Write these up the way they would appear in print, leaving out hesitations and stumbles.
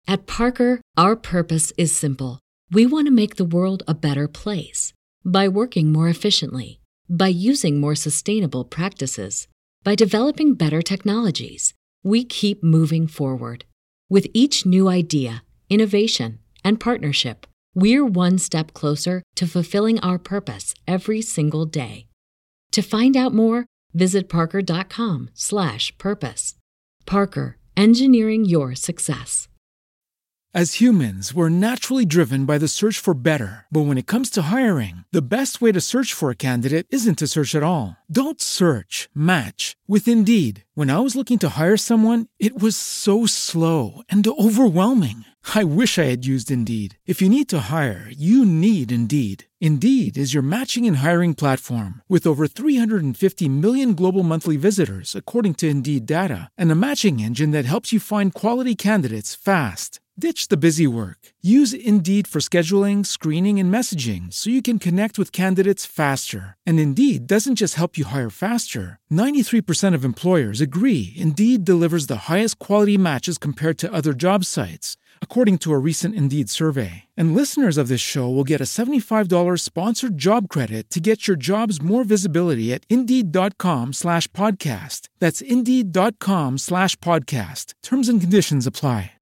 At Parker, our purpose is simple. We want to make the world a better place by working more efficiently, by using more sustainable practices, by developing better technologies. We keep moving forward. With each new idea, innovation, and partnership, we're one step closer to fulfilling our purpose every single day. To find out more, visit parker.com/purpose. Parker, engineering your success. As humans, we're naturally driven by the search for better. But when it comes to hiring, the best way to search for a candidate isn't to search at all. Don't search, match with Indeed. When I was looking to hire someone, it was so slow and overwhelming. I wish I had used Indeed. If you need to hire, you need Indeed. Indeed is your matching and hiring platform with over 350 million global monthly visitors, according to Indeed data, and a matching engine that helps you find quality candidates fast. Ditch the busy work. Use Indeed for scheduling, screening, and messaging so you can connect with candidates faster. And Indeed doesn't just help you hire faster. 93% of employers agree Indeed delivers the highest quality matches compared to other job sites, according to a recent Indeed survey. And listeners of this show will get a $75 sponsored job credit to get your jobs more visibility at Indeed.com/podcast. That's Indeed.com/podcast. Terms and conditions apply.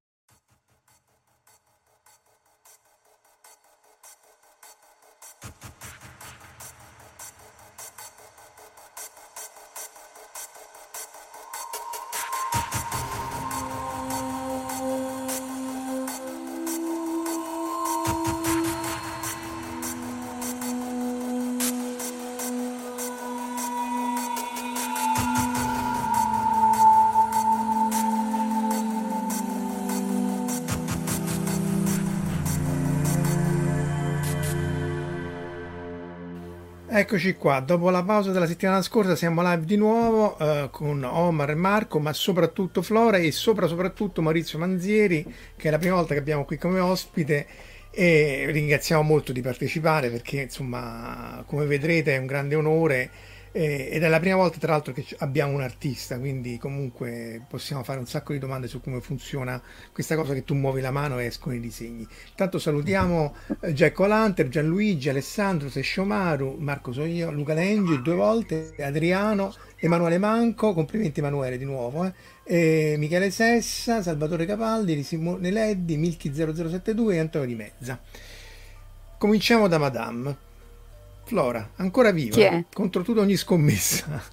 Eccoci qua, dopo la pausa della settimana scorsa siamo live di nuovo con Omar e Marco, ma soprattutto Flora e soprattutto Maurizio Manzieri, che è la prima volta che abbiamo qui come ospite, e ringraziamo molto di partecipare perché insomma, come vedrete, è un grande onore ed è la prima volta tra l'altro che abbiamo un artista, quindi comunque possiamo fare un sacco di domande su come funziona questa cosa che tu muovi la mano e escono i disegni. Intanto salutiamo Jack O'Lantern, Gianluigi, Alessandro, Sesciomaru, Marco so io, Luca Lengi 2 volte, Adriano, Emanuele Manco, complimenti Emanuele di nuovo, Michele Sessa, Salvatore Capaldi, Simone Leddi, Milky 0072 e Antonio Di Mezza. Cominciamo da Madame. Flora, ancora viva? Chi è? Contro tutta ogni scommessa.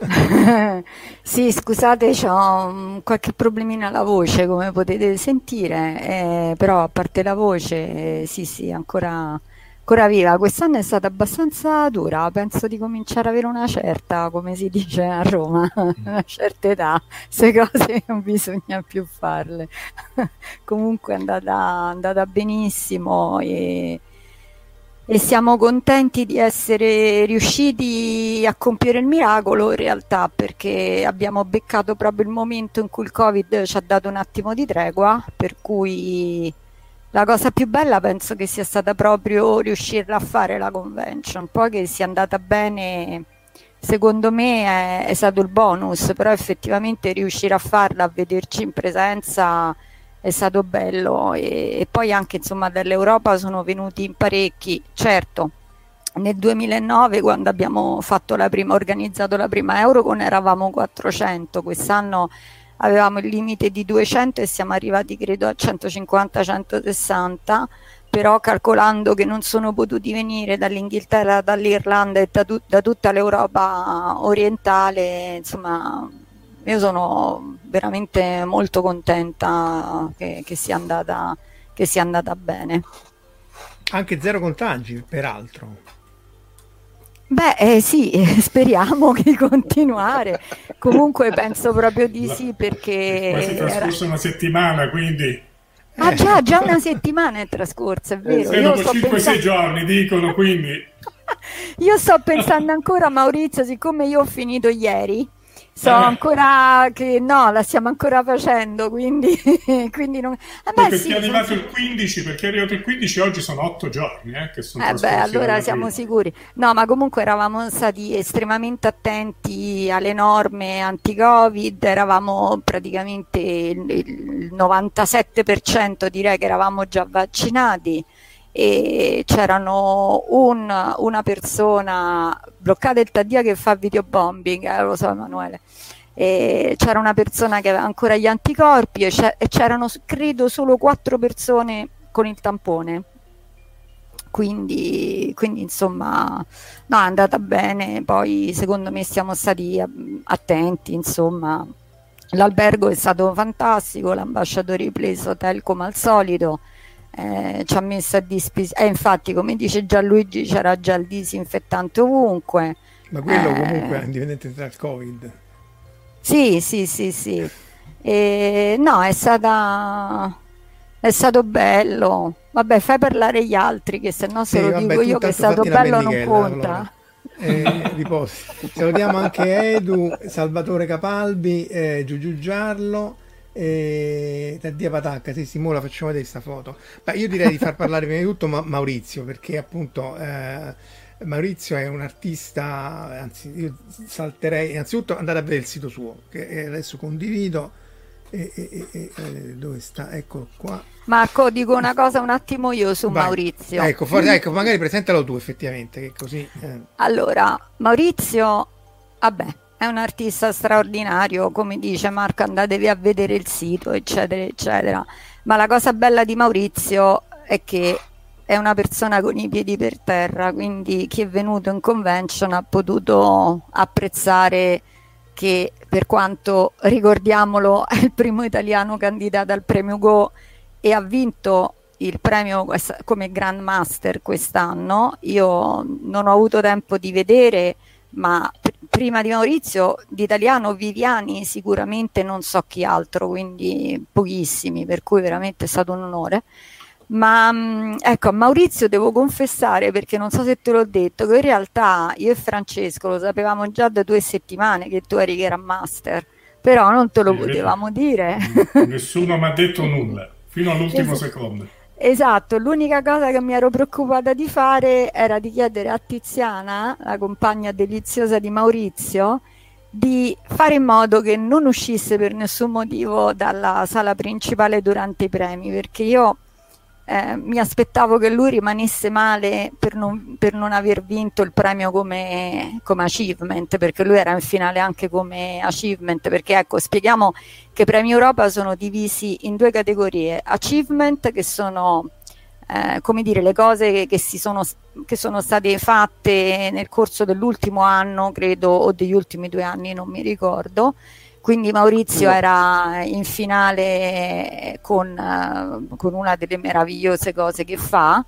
Sì, scusate, ho qualche problemino alla voce, come potete sentire, però a parte la voce, sì, ancora viva. Quest'anno è stata abbastanza dura, penso di cominciare ad avere una certa, come si dice a Roma, una certa età, queste cose non bisogna più farle. Comunque è andata benissimo e siamo contenti di essere riusciti a compiere il miracolo in realtà, perché abbiamo beccato proprio il momento in cui il Covid ci ha dato un attimo di tregua, per cui la cosa più bella penso che sia stata proprio riuscirla a fare la convention. Poi che sia andata bene, secondo me è stato il bonus, però effettivamente riuscire a farla, a vederci in presenza è stato bello, e poi anche insomma dall'Europa sono venuti in parecchi. Certo, nel 2009 quando abbiamo organizzato la prima Eurocon eravamo 400, quest'anno avevamo il limite di 200 e siamo arrivati credo a 150-160, però calcolando che non sono potuti venire dall'Inghilterra, dall'Irlanda e da tutta l'Europa orientale, insomma io sono veramente molto contenta che sia andata bene. Anche 0 contagi, peraltro. Beh, sì, speriamo di continuare. Comunque penso proprio di sì, perché quasi trascorsa una settimana, quindi. Ah già una settimana è trascorsa, è vero. Io dopo 5-6 giorni dicono, quindi. Io sto pensando ancora, Maurizio, siccome io ho finito ieri, So ancora che no, la stiamo ancora facendo, quindi non... Perché sì, è arrivato il 15, perché è arrivato il 15, oggi sono 8 giorni che sono trascorsi allora dalla siamo prima. sicuri. No, ma comunque eravamo stati estremamente attenti alle norme anti-Covid, eravamo praticamente il 97% direi che eravamo già vaccinati e c'erano una persona bloccata il Taddia che fa videobombing, lo so Emanuele, e c'era una persona che aveva ancora gli anticorpi e c'erano credo solo 4 persone con il tampone. Quindi insomma no, è andata bene, poi secondo me siamo stati attenti, insomma l'albergo è stato fantastico, l'ambasciatore Place Hotel come al solito ci ha messo a disposizione, infatti come dice Gianluigi c'era già il disinfettante ovunque. Ma quello comunque è indipendente dal Covid. Sì. No, è stato bello. Vabbè, fai parlare gli altri, che se no se lo dico io che è stato bello non conta. Riposi. Salutiamo anche Edu, Salvatore Capalbi, Giugiu Giarlo, Taddia Patacca. Sì, Simona, facciamo vedere questa foto. Beh, io direi di far parlare prima di tutto Maurizio, perché appunto Maurizio è un artista, anzi io salterei innanzitutto andare a vedere il sito suo, che adesso condivido. Dove sta? Eccolo qua. Marco, dico una cosa un attimo io su Vai. Maurizio. Ecco, magari presentalo tu effettivamente, che così. Allora, Maurizio, vabbè, è un artista straordinario, come dice Marco, andatevi a vedere il sito, eccetera, eccetera. Ma la cosa bella di Maurizio è che è una persona con i piedi per terra, quindi chi è venuto in convention ha potuto apprezzare che, per quanto ricordiamolo, è il primo italiano candidato al premio Go e ha vinto il premio come Grandmaster quest'anno. Io non ho avuto tempo di vedere, ma prima di Maurizio di italiano Viviani sicuramente non so chi altro, quindi pochissimi, per cui veramente è stato un onore. Ma ecco, a Maurizio devo confessare, perché non so se te l'ho detto, che in realtà io e Francesco lo sapevamo già da 2 settimane che tu eri Grandmaster, però non te lo potevamo dire. Nessuno mi ha detto nulla fino all'ultimo secondo. Esatto, l'unica cosa che mi ero preoccupata di fare era di chiedere a Tiziana, la compagna deliziosa di Maurizio, di fare in modo che non uscisse per nessun motivo dalla sala principale durante i premi, perché io mi aspettavo che lui rimanesse male per non aver vinto il premio come achievement, perché lui era in finale anche come achievement, perché ecco, spieghiamo che i premi Europa sono divisi in 2 categorie: achievement, che sono come dire le cose che sono state fatte nel corso dell'ultimo anno, credo, o degli ultimi 2 anni, non mi ricordo. Quindi Maurizio era in finale con una delle meravigliose cose che fa,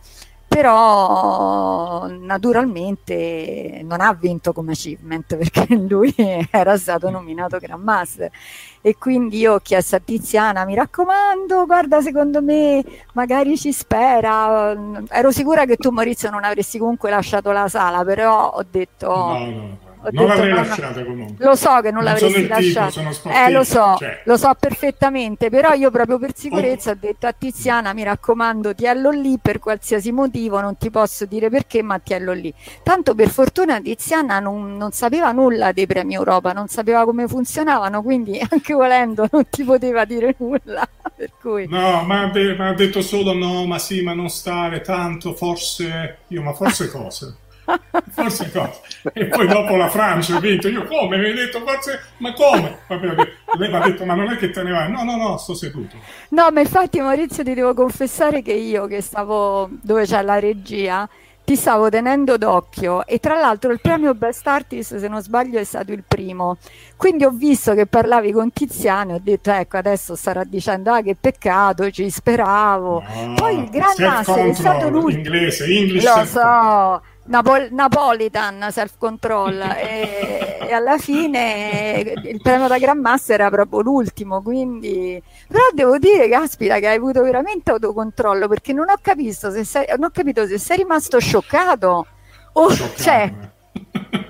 però naturalmente non ha vinto come achievement, perché lui era stato nominato Grandmaster. E quindi io ho chiesto a Tiziana, mi raccomando, guarda, secondo me magari ci spera. Ero sicura che tu, Maurizio, non avresti comunque lasciato la sala, però ho detto... No. Non l'avrei lasciata comunque. Lo so che non l'avresti lasciata. Sono sportivo, lo so perfettamente, però io proprio per sicurezza ho detto a Tiziana, mi raccomando, tiello lì per qualsiasi motivo, non ti posso dire perché, ma tiello lì. Tanto per fortuna Tiziana non sapeva nulla dei premi Europa, non sapeva come funzionavano, quindi anche volendo non ti poteva dire nulla. Per cui... No, ma ha detto solo no, ma sì, ma non stare tanto, forse cosa? Forse cosa? E poi dopo la Francia ha vinto. Io come? Mi hai detto forse, ma come? Lei mi ha detto, ma non è che te ne vai? No, sto seduto. No, ma infatti Maurizio ti devo confessare che io che stavo dove c'è la regia ti stavo tenendo d'occhio, e tra l'altro il premio Best Artist, se non sbaglio, è stato il primo, quindi ho visto che parlavi con Tiziano e ho detto ecco, adesso starà dicendo che peccato, ci speravo. No, poi il Grandmaster è stato l'ultimo, English lo so, Napolitan self control e alla fine il premio da Grandmaster era proprio l'ultimo, quindi però devo dire, caspita, che hai avuto veramente autocontrollo, perché non ho capito se sei rimasto scioccato o cioè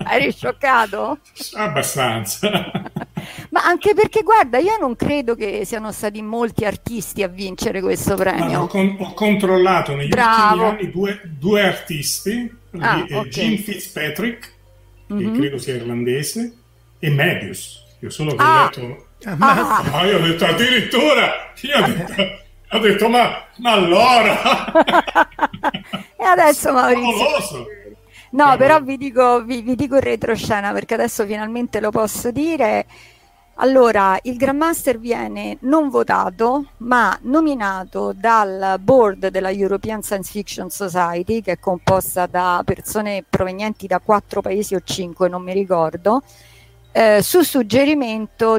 Eri scioccato? Abbastanza. Ma anche perché, guarda, io non credo che siano stati molti artisti a vincere questo premio. Ho controllato negli ultimi anni due artisti, ok. Jim Fitzpatrick, che Mhm. credo sia irlandese, e Medius. Io solo che ho detto... Ammazza. io ho detto addirittura, ho detto ma allora... E adesso Maurizio. Favoloso. No, Cavolo. però vi dico in retroscena perché adesso finalmente lo posso dire. Allora, il Grandmaster viene non votato, ma nominato dal board della European Science Fiction Society, che è composta da persone provenienti da 4 paesi o 5, non mi ricordo, su suggerimento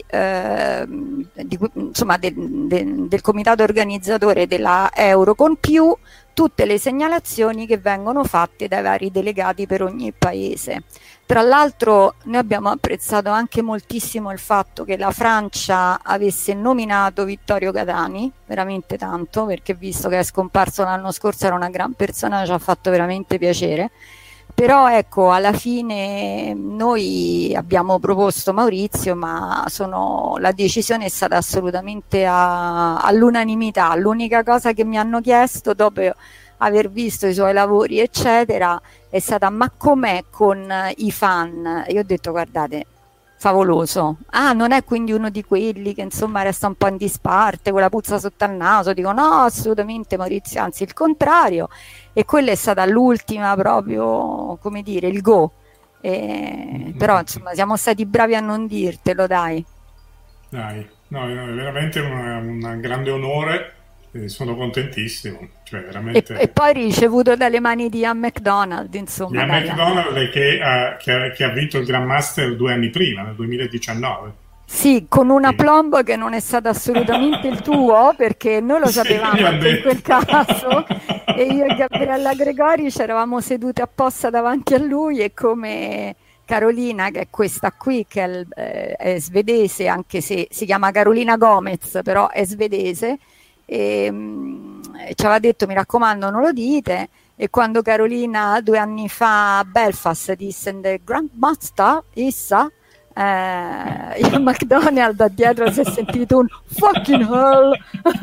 insomma, del comitato organizzatore della Eurocon, più tutte le segnalazioni che vengono fatte dai vari delegati per ogni paese. Tra l'altro noi abbiamo apprezzato anche moltissimo il fatto che la Francia avesse nominato Vittorio Catani, veramente tanto, perché visto che è scomparso l'anno scorso era una gran persona, ci ha fatto veramente piacere. Però ecco, alla fine noi abbiamo proposto Maurizio, ma la decisione è stata assolutamente all'unanimità. L'unica cosa che mi hanno chiesto dopo aver visto i suoi lavori, eccetera, è stata: ma com'è con i fan? Io ho detto: guardate, favoloso. Ah, non è quindi uno di quelli che insomma resta un po' in disparte, con la puzza sotto al naso? Dico no, assolutamente Maurizio, anzi il contrario. E quella è stata l'ultima proprio, come dire, il go. Però insomma siamo stati bravi a non dirtelo, dai. Dai, no, è veramente un grande onore, sono contentissimo, cioè E veramente... poi ricevuto dalle mani di Ian McDonald, insomma, Ian dai. McDonald che ha vinto il Grandmaster 2 anni prima, nel 2019. Sì, con un Sì. aplomb che non è stato assolutamente il tuo, perché noi lo Sì, sapevamo mi han anche in quel detto. caso, e io e Gabriella Gregori ci eravamo sedute apposta davanti a lui, e come Carolina, che è questa qui, che è svedese, anche se si chiama Carolina Gomez, però è svedese, e ci aveva detto: mi raccomando, non lo dite. E quando Carolina 2 anni fa a Belfast disse "The Grandmaster Issa", il McDonald da dietro si è sentito un fucking hell.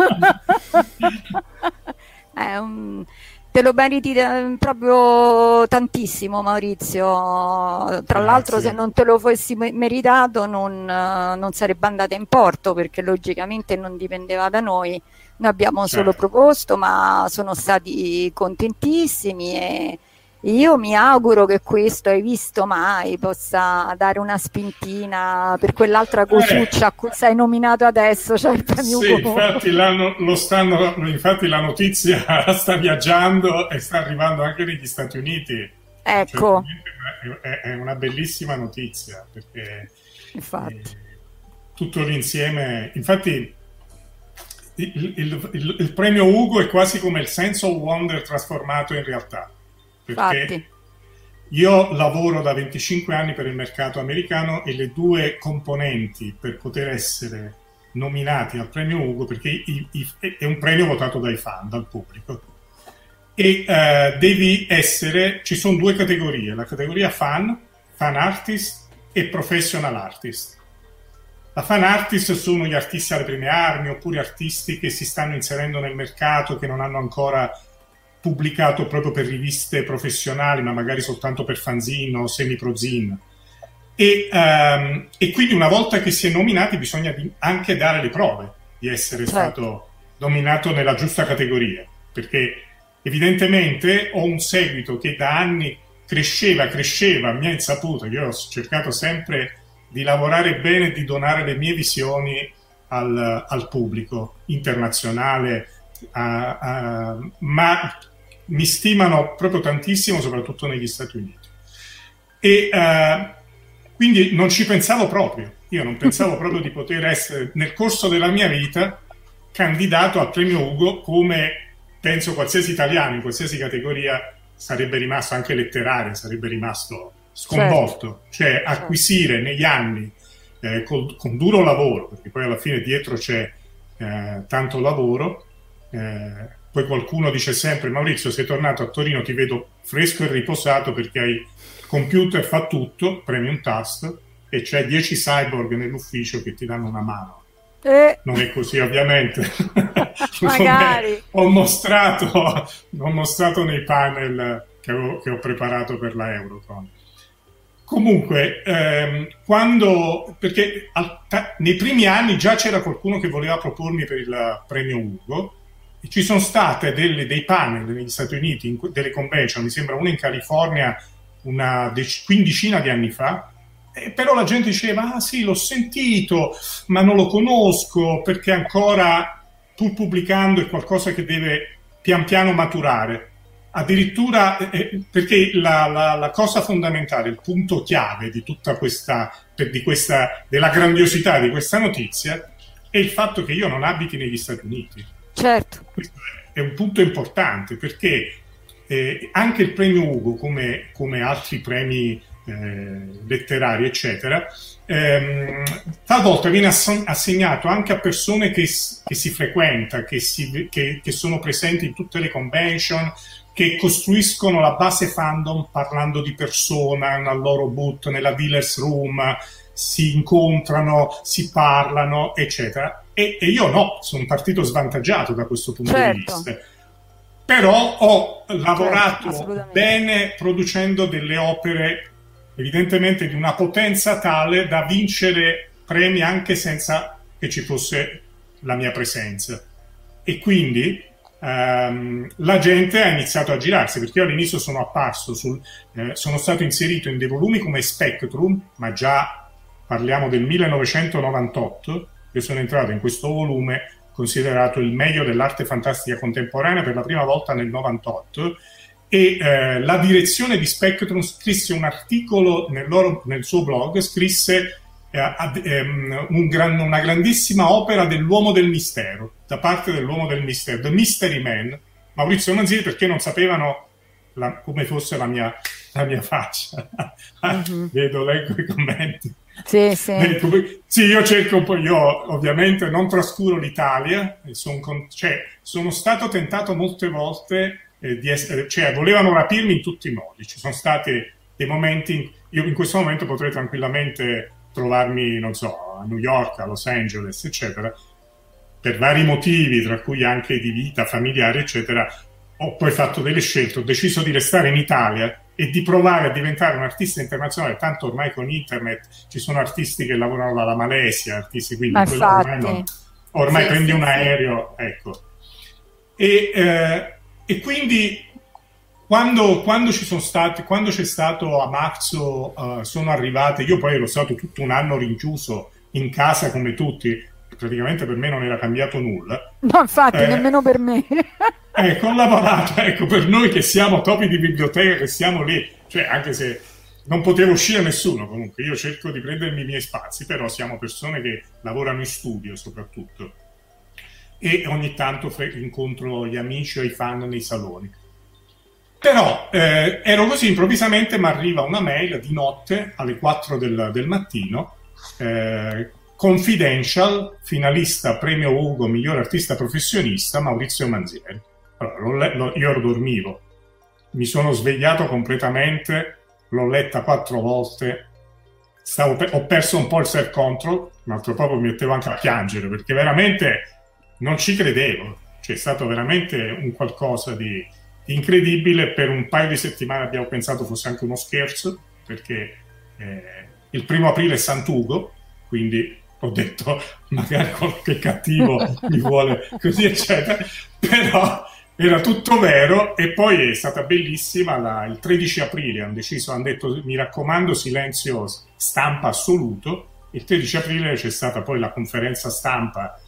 Te lo meriti proprio tantissimo, Maurizio. Tra l'altro, se non te lo fossi meritato non sarebbe andata in porto, perché logicamente non dipendeva da noi. Noi abbiamo solo proposto, ma sono stati contentissimi, e io mi auguro che questo, hai visto mai, possa dare una spintina per quell'altra cosuccia a cui sei nominato adesso, cioè il premio Sì, Ugo. infatti la notizia sta viaggiando e sta arrivando anche negli Stati Uniti. Ecco. Cioè, è una bellissima notizia, perché Infatti. tutto l'insieme, infatti il premio Ugo è quasi come il sense of wonder trasformato in realtà, perché Infatti. io lavoro da 25 anni per il mercato americano, e le due componenti per poter essere nominati al premio Ugo, perché è un premio votato dai fan, dal pubblico, e ci sono 2 categorie: la categoria fan artist e professional artist. La fan artist sono gli artisti alle prime armi, oppure artisti che si stanno inserendo nel mercato, che non hanno ancora pubblicato proprio per riviste professionali, ma magari soltanto per fanzine o semi-prozine. E quindi una volta che si è nominati bisogna anche dare le prove di essere stato nominato nella giusta categoria, perché evidentemente ho un seguito che da anni cresceva a mia insaputa. Io ho cercato sempre di lavorare bene e di donare le mie visioni al pubblico internazionale, ma mi stimano proprio tantissimo, soprattutto negli Stati Uniti. E quindi non ci pensavo proprio. Io non pensavo proprio di poter essere, nel corso della mia vita, candidato al premio Ugo, come penso qualsiasi italiano in qualsiasi categoria sarebbe rimasto, anche letterario, sarebbe rimasto sconvolto. Cioè acquisire negli anni, con duro lavoro, perché poi alla fine dietro c'è tanto lavoro, poi qualcuno dice sempre: Maurizio, sei tornato a Torino, ti vedo fresco e riposato perché hai il computer, fa tutto, premi un tasto e c'è 10 cyborg nell'ufficio che ti danno una mano. Non è così, ovviamente. Magari. Ho mostrato nei panel che ho preparato per la Eurocon. Comunque, perché nei primi anni già c'era qualcuno che voleva propormi per il premio Ugo, e ci sono state dei panel negli Stati Uniti, delle convention, mi sembra una in California una quindicina di anni fa, però la gente diceva: ah sì, l'ho sentito, ma non lo conosco, perché ancora, pur pubblicando, è qualcosa che deve pian piano maturare. Addirittura perché la cosa fondamentale, il punto chiave di tutta della grandiosità di questa notizia è il fatto che io non abiti negli Stati Uniti. Certo. Questo è un punto importante, perché anche il premio Ugo, come altri premi letterari, eccetera, talvolta viene assegnato anche a persone che si frequenta, che sono presenti in tutte le convention, che costruiscono la base fandom parlando di persona al loro booth, nella dealer's room, si incontrano, si parlano, eccetera. E io no, sono partito svantaggiato da questo punto di vista. Però ho lavorato bene producendo delle opere evidentemente di una potenza tale da vincere premi anche senza che ci fosse la mia presenza. E quindi la gente ha iniziato a girarsi, perché io all'inizio sono apparso sono stato inserito in dei volumi come Spectrum, ma già parliamo del 1998. Io sono entrato in questo volume considerato il meglio dell'arte fantastica contemporanea per la prima volta nel 98, e la direzione di Spectrum scrisse un articolo nel suo blog, scrisse una grandissima opera dell'uomo del mistero, da parte dell'uomo del mistero, The Mystery Man, Maurizio Manzieri, perché non sapevano come fosse la mia faccia. Vedo, leggo i commenti. Sì. Sì, io cerco un po', io ovviamente non trascuro l'Italia, sono stato tentato molte volte di essere, volevano rapirmi in tutti i modi. Ci sono stati dei momenti, io in questo momento potrei tranquillamente trovarmi, non so, a New York, a Los Angeles, eccetera, per vari motivi, tra cui anche di vita familiare, eccetera. Ho poi fatto delle scelte, ho deciso di restare in Italia e di provare a diventare un artista internazionale, tanto ormai con internet ci sono artisti che lavorano dalla Malesia, artisti, quindi ormai prendi un aereo, ecco. E quindi quando c'è stato a marzo, sono arrivate, io poi ero stato tutto un anno rinchiuso in casa come tutti, praticamente per me non era cambiato nulla. No, infatti, nemmeno per me. Ho lavorato, per noi che siamo topi di biblioteca, che siamo lì, anche se non poteva uscire nessuno, comunque io cerco di prendermi i miei spazi, però siamo persone che lavorano in studio soprattutto, e ogni tanto incontro gli amici o i fan nei saloni. Però ero così, improvvisamente mi arriva una mail di notte alle 4 del mattino, confidential, finalista premio Ugo miglior artista professionista Maurizio Manzieri. Allora, io dormivo, mi sono svegliato completamente, l'ho letta 4 volte, ho perso un po' il self control, ma proprio mi mettevo anche a piangere, perché veramente non ci credevo. È stato veramente un qualcosa di incredibile. Per un paio di settimane abbiamo pensato fosse anche uno scherzo, perché il 1° aprile è Sant'Ugo, quindi ho detto magari qualche cattivo mi vuole così, eccetera, però era tutto vero. E poi è stata bellissima, il 13 aprile hanno detto mi raccomando silenzio stampa assoluto. Il 13 aprile c'è stata poi la conferenza stampa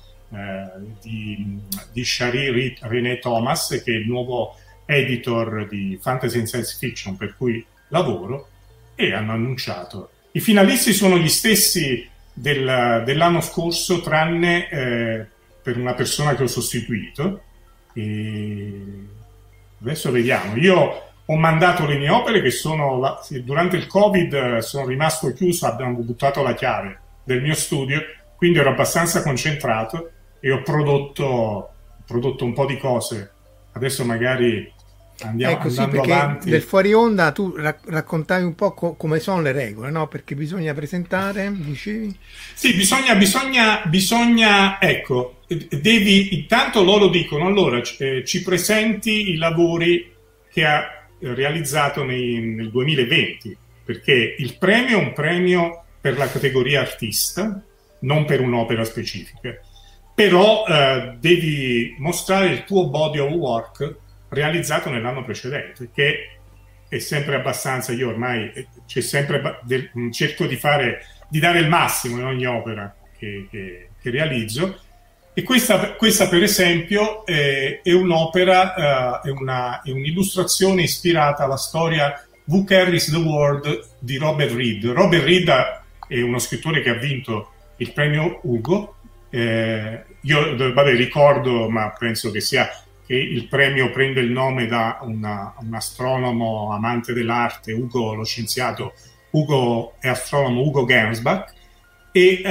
di Shari René Thomas, che è il nuovo editor di Fantasy and Science Fiction per cui lavoro, e hanno annunciato i finalisti sono gli stessi dell'anno scorso, tranne per una persona che ho sostituito. E adesso vediamo. Io ho mandato le mie opere che durante il Covid sono rimasto chiuso, abbiamo buttato la chiave del mio studio, quindi ero abbastanza concentrato e ho prodotto un po' di cose adesso magari Ecco, sì, andando perché avanti. del fuori onda tu raccontavi un po' come sono le regole, no? Perché bisogna presentare, dicevi? Sì, bisogna, ecco, intanto loro dicono, allora ci presenti i lavori che ha realizzato nel 2020, perché il premio è un premio per la categoria artista, non per un'opera specifica, però devi mostrare il tuo body of work realizzato nell'anno precedente, che è sempre abbastanza, io ormai c'è sempre cerco di dare il massimo in ogni opera che realizzo, e questa per esempio è un'opera, è un'illustrazione ispirata alla storia Who Carries the World di Robert Reed. Robert Reed è uno scrittore che ha vinto il premio Hugo, io ricordo, ma penso che che il premio prende il nome da un astronomo amante dell'arte, Hugo, lo scienziato Hugo e astronomo Hugo Gernsback, e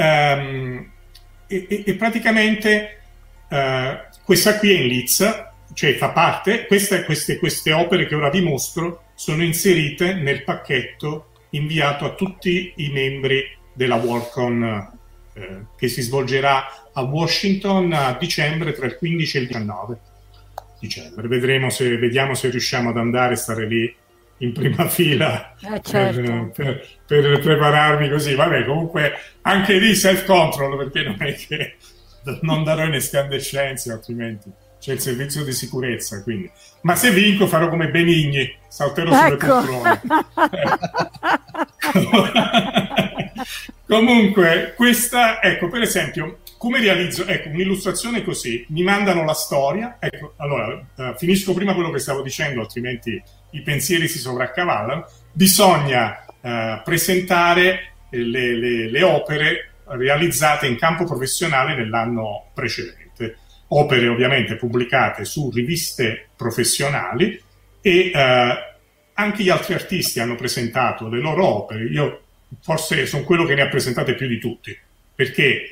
praticamente questa qui è in Lizza, cioè fa parte, queste opere che ora vi mostro sono inserite nel pacchetto inviato a tutti i membri della Worldcon che si svolgerà a Washington a dicembre, tra il 15 e il 19 dicembre. Vediamo se riusciamo ad andare, stare lì in prima fila certo. per prepararmi così. Vabbè, comunque anche lì self-control, perché non è che non darò in escandescenze, altrimenti c'è il servizio di sicurezza, quindi. Ma se vinco farò come Benigni, salterò sulle poltrone. Comunque, questa, ecco, per esempio, come realizzo, ecco, un'illustrazione così, mi mandano la storia, ecco, allora, finisco prima quello che stavo dicendo, altrimenti i pensieri si sovraccavallano. Bisogna presentare le opere realizzate in campo professionale nell'anno precedente, opere ovviamente pubblicate su riviste professionali, e anche gli altri artisti hanno presentato le loro opere. Io forse sono quello che ne ha presentate più di tutti, perché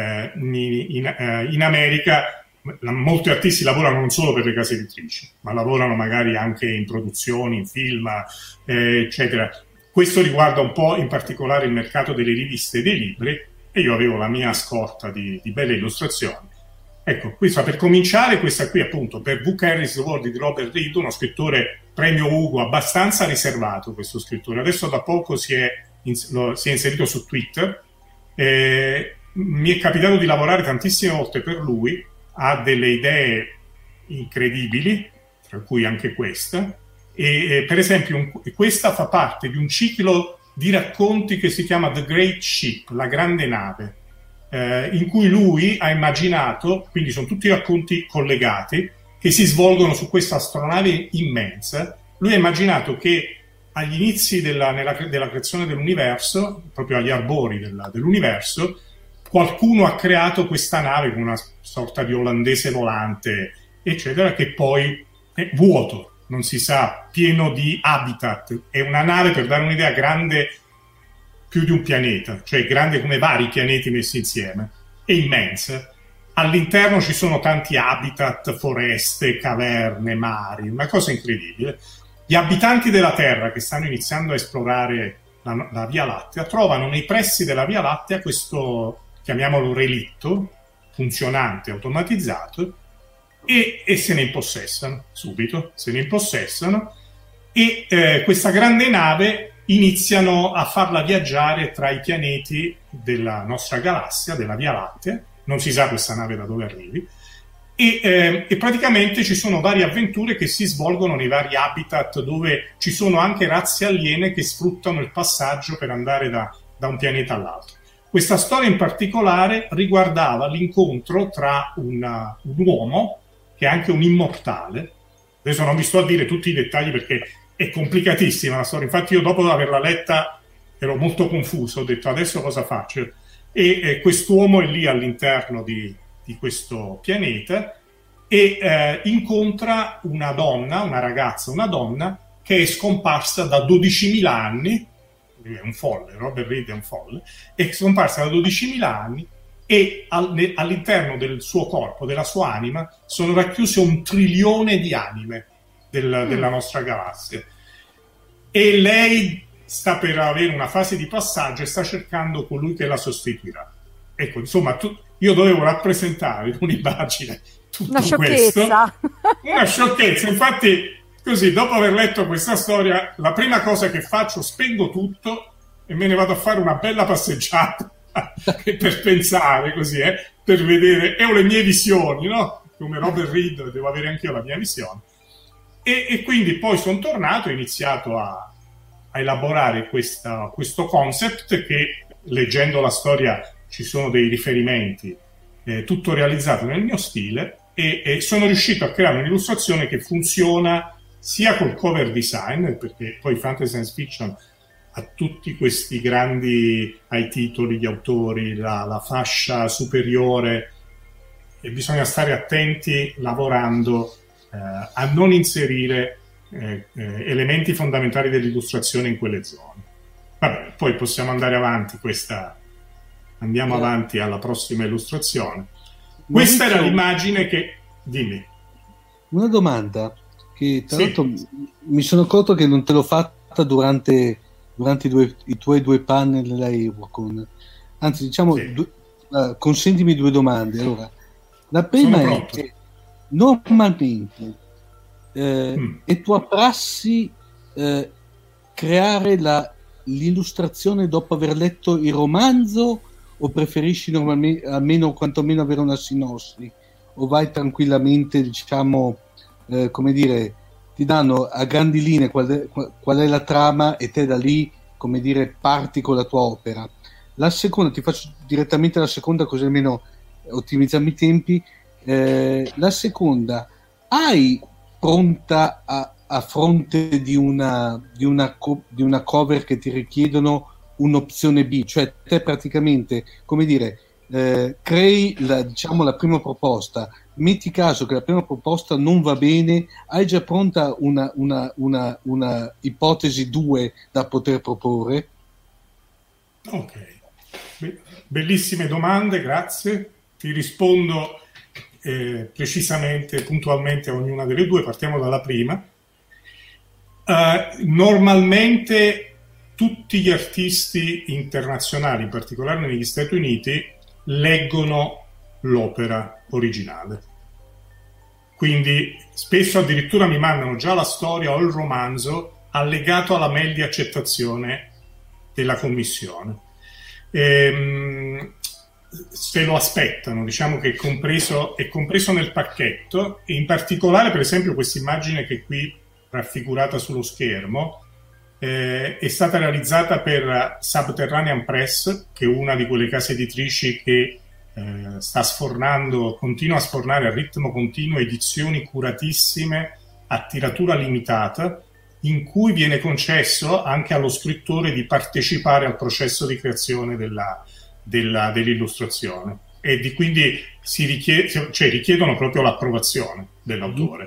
in America molti artisti lavorano non solo per le case editrici, ma lavorano magari anche in produzioni, in film, eccetera. Questo riguarda un po' in particolare il mercato delle riviste e dei libri, e io avevo la mia scorta di belle illustrazioni. Ecco, questa per cominciare, questa qui appunto per Who Carries the World di Robert Reed, uno scrittore premio Ugo abbastanza riservato, questo scrittore. Adesso da poco si è inserito su Twitter. Mi è capitato di lavorare tantissime volte per lui, ha delle idee incredibili, tra cui anche questa, e per esempio questa fa parte di un ciclo di racconti che si chiama The Great Ship, la grande nave, in cui lui ha immaginato, quindi sono tutti racconti collegati che si svolgono su questa astronave immensa. Lui ha immaginato che agli inizi della creazione dell'universo, proprio agli arbori dell'universo, qualcuno ha creato questa nave con una sorta di olandese volante, eccetera, che poi è vuoto, non si sa, pieno di habitat. È una nave, per dare un'idea, grande più di un pianeta, cioè grande come vari pianeti messi insieme, è immensa. All'interno ci sono tanti habitat, foreste, caverne, mari, una cosa incredibile. Gli abitanti della Terra che stanno iniziando a esplorare la Via Lattea trovano nei pressi della Via Lattea questo, chiamiamolo relitto, funzionante, automatizzato, e se ne impossessano subito, e questa grande nave iniziano a farla viaggiare tra i pianeti della nostra galassia, della Via Lattea. Non si sa questa nave da dove arrivi, e praticamente ci sono varie avventure che si svolgono nei vari habitat, dove ci sono anche razze aliene che sfruttano il passaggio per andare da un pianeta all'altro. Questa storia in particolare riguardava l'incontro tra un uomo che è anche un immortale. Adesso non vi sto a dire tutti i dettagli perché è complicatissima la storia, infatti io dopo averla letta ero molto confuso, ho detto adesso cosa faccio? E quest'uomo è lì all'interno di questo pianeta e incontra una donna che è scomparsa da 12.000 anni, lui è un folle, Robert Reed è un folle, è scomparsa da 12.000 anni e all'interno del suo corpo, della sua anima, sono racchiuse 1 trilione di anime della nostra galassia. E lei sta per avere una fase di passaggio e sta cercando colui che la sostituirà. Ecco, insomma, io dovevo rappresentare un'immagine, tutto una sciocchezza. Una sciocchezza. Infatti, così, dopo aver letto questa storia, la prima cosa che faccio, spengo tutto e me ne vado a fare una bella passeggiata per pensare, così, per vedere, ho le mie visioni, no? Come Robert Reed, devo avere anch'io la mia visione. E quindi poi sono tornato e ho iniziato a elaborare questo concept che, leggendo la storia, ci sono dei riferimenti, tutto realizzato nel mio stile, e sono riuscito a creare un'illustrazione che funziona sia col cover design, perché poi fantasy science fiction ha tutti questi grandi, ai titoli, gli autori, la fascia superiore, e bisogna stare attenti lavorando a non inserire elementi fondamentali dell'illustrazione in quelle zone. Vabbè, poi possiamo andare avanti, andiamo avanti alla prossima illustrazione. Questa era l'immagine che... Dimmi. Una domanda che tra l'altro mi sono accorto che non te l'ho fatta durante i tuoi 2 panel della Ewacon. Anzi, diciamo, consentimi 2 domande. Allora, la prima è che normalmente è tua prassi creare l'illustrazione dopo aver letto il romanzo, o preferisci normalmente almeno quantomeno avere una sinossi, o vai tranquillamente, diciamo, come dire, ti danno a grandi linee qual è la trama e te da lì, come dire, parti con la tua opera? La seconda, ti faccio direttamente la seconda così almeno ottimizziamo i tempi. La seconda, hai pronta a fronte di una cover che ti richiedono un'opzione B, cioè te praticamente, come dire, crei la prima proposta, metti caso che la prima proposta non va bene, hai già pronta una ipotesi 2 da poter proporre? Ok, bellissime domande, grazie. Ti rispondo precisamente, puntualmente a ognuna delle 2. Partiamo dalla prima. Normalmente tutti gli artisti internazionali, in particolare negli Stati Uniti, leggono l'opera originale. Quindi spesso addirittura mi mandano già la storia o il romanzo allegato alla mail di accettazione della commissione. Se lo aspettano, diciamo che è compreso nel pacchetto, e in particolare, per esempio, questa immagine che è qui raffigurata sullo schermo è stata realizzata per Subterranean Press, che è una di quelle case editrici che continua a sfornare a ritmo continuo edizioni curatissime a tiratura limitata, in cui viene concesso anche allo scrittore di partecipare al processo di creazione dell'illustrazione, e quindi richiedono proprio l'approvazione dell'autore.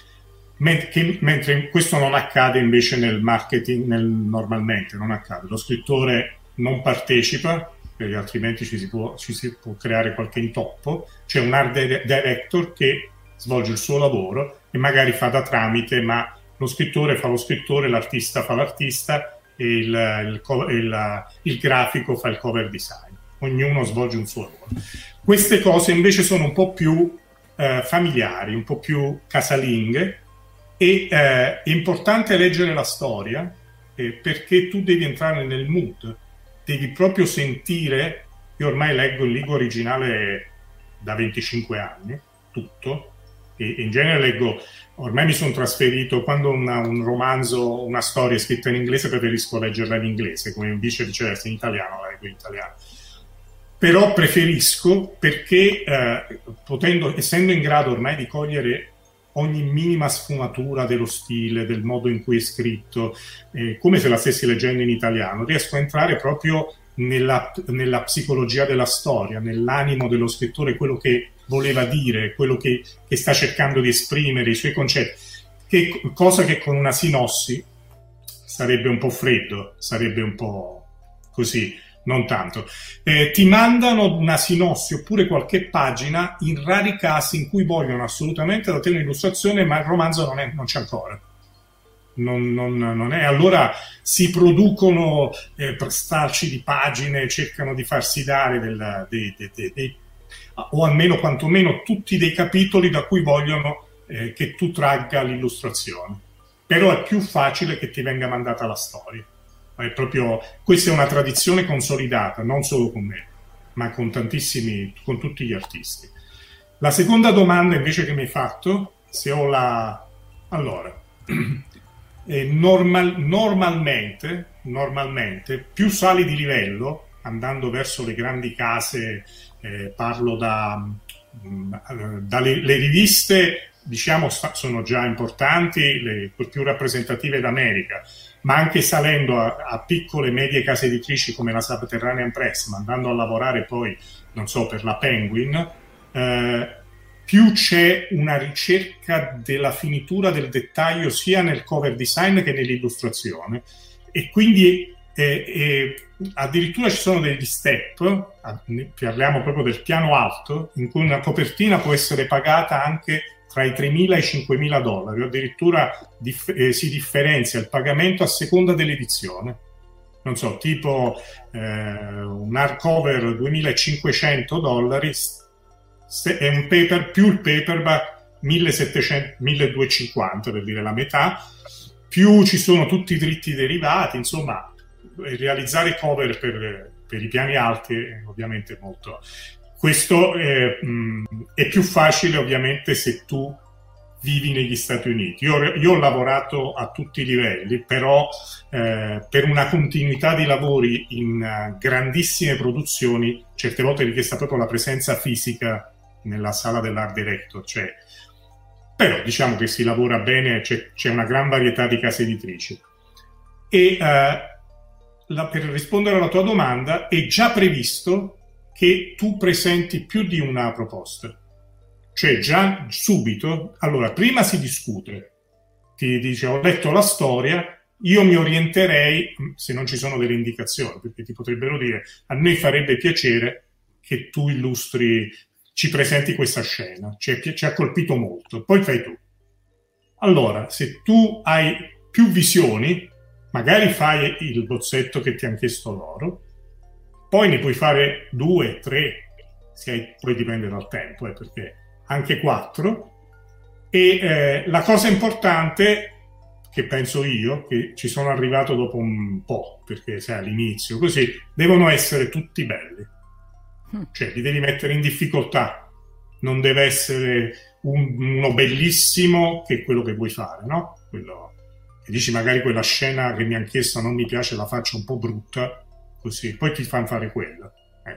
Mentre questo non accade invece nel marketing, normalmente non accade. Lo scrittore non partecipa, perché altrimenti ci si può creare qualche intoppo. C'è un art director che svolge il suo lavoro e magari fa da tramite, ma lo scrittore fa lo scrittore, l'artista fa l'artista e il grafico fa il cover design. Ognuno svolge un suo lavoro. Queste cose invece sono un po' più familiari, un po' più casalinghe, e è importante leggere la storia perché tu devi entrare nel mood, devi proprio sentire. Io ormai leggo in lingua originale da 25 anni, tutto, e in genere leggo, ormai mi sono trasferito, quando un romanzo, una storia è scritta in inglese, preferisco leggerla in inglese, come invece viceversa in italiano la leggo in italiano. Però preferisco perché essendo in grado ormai di cogliere ogni minima sfumatura dello stile, del modo in cui è scritto, come se la stessi leggendo in italiano, riesco a entrare proprio nella psicologia della storia, nell'animo dello scrittore, quello che voleva dire, quello che sta cercando di esprimere, i suoi concetti, cosa che con una sinossi sarebbe un po' freddo, sarebbe un po' così. non tanto. Ti mandano una sinossi oppure qualche pagina in rari casi in cui vogliono assolutamente da te un'illustrazione, ma il romanzo non c'è ancora. Non è. Allora si producono stralci di pagine, cercano di farsi dare o almeno quantomeno tutti dei capitoli da cui vogliono che tu tragga l'illustrazione. Però è più facile che ti venga mandata la storia. È proprio, questa è una tradizione consolidata, non solo con me, ma con con tutti gli artisti. La seconda domanda invece che mi hai fatto, se ho allora, normalmente più sali di livello, andando verso le grandi case, parlo dalle le riviste, diciamo, sono già importanti, le più rappresentative d'America, ma anche salendo a piccole e medie case editrici come la Subterranean Press, ma andando a lavorare poi, non so, per la Penguin, più c'è una ricerca della finitura del dettaglio sia nel cover design che nell'illustrazione, e quindi addirittura ci sono degli step, parliamo proprio del piano alto, in cui una copertina può essere pagata anche tra i $3.000 e i $5.000, addirittura si differenzia il pagamento a seconda dell'edizione. Non so, tipo un hardcover $2.500 è un paper, più il paperback $1.700-1.250, per dire la metà, più ci sono tutti i diritti derivati, insomma, realizzare cover per i piani alti è ovviamente molto... Questo è più facile ovviamente se tu vivi negli Stati Uniti. Io ho lavorato a tutti i livelli, però per una continuità di lavori in grandissime produzioni, certe volte è richiesta proprio la presenza fisica nella sala dell'art director. Però diciamo che si lavora bene, c'è una gran varietà di case editrici. E per rispondere alla tua domanda, è già previsto che tu presenti più di una proposta, cioè già subito. Allora, prima si discute, ti dice: ho letto la storia, io mi orienterei, se non ci sono delle indicazioni, perché ti potrebbero dire: a noi farebbe piacere che tu ci presenti questa scena, ci ha colpito molto, poi fai tu. Allora, se tu hai più visioni, magari fai il bozzetto che ti hanno chiesto loro, poi ne puoi fare 2, 3, poi dipende dal tempo, perché anche 4. E la cosa importante, che penso io, che ci sono arrivato dopo un po', perché sai, all'inizio, così, devono essere tutti belli. Cioè, li devi mettere in difficoltà. Non deve essere uno bellissimo che è quello che vuoi fare, no? Quello che dici, magari quella scena che mi hanno chiesto non mi piace, la faccio un po' brutta, così, poi ti fanno fare quello.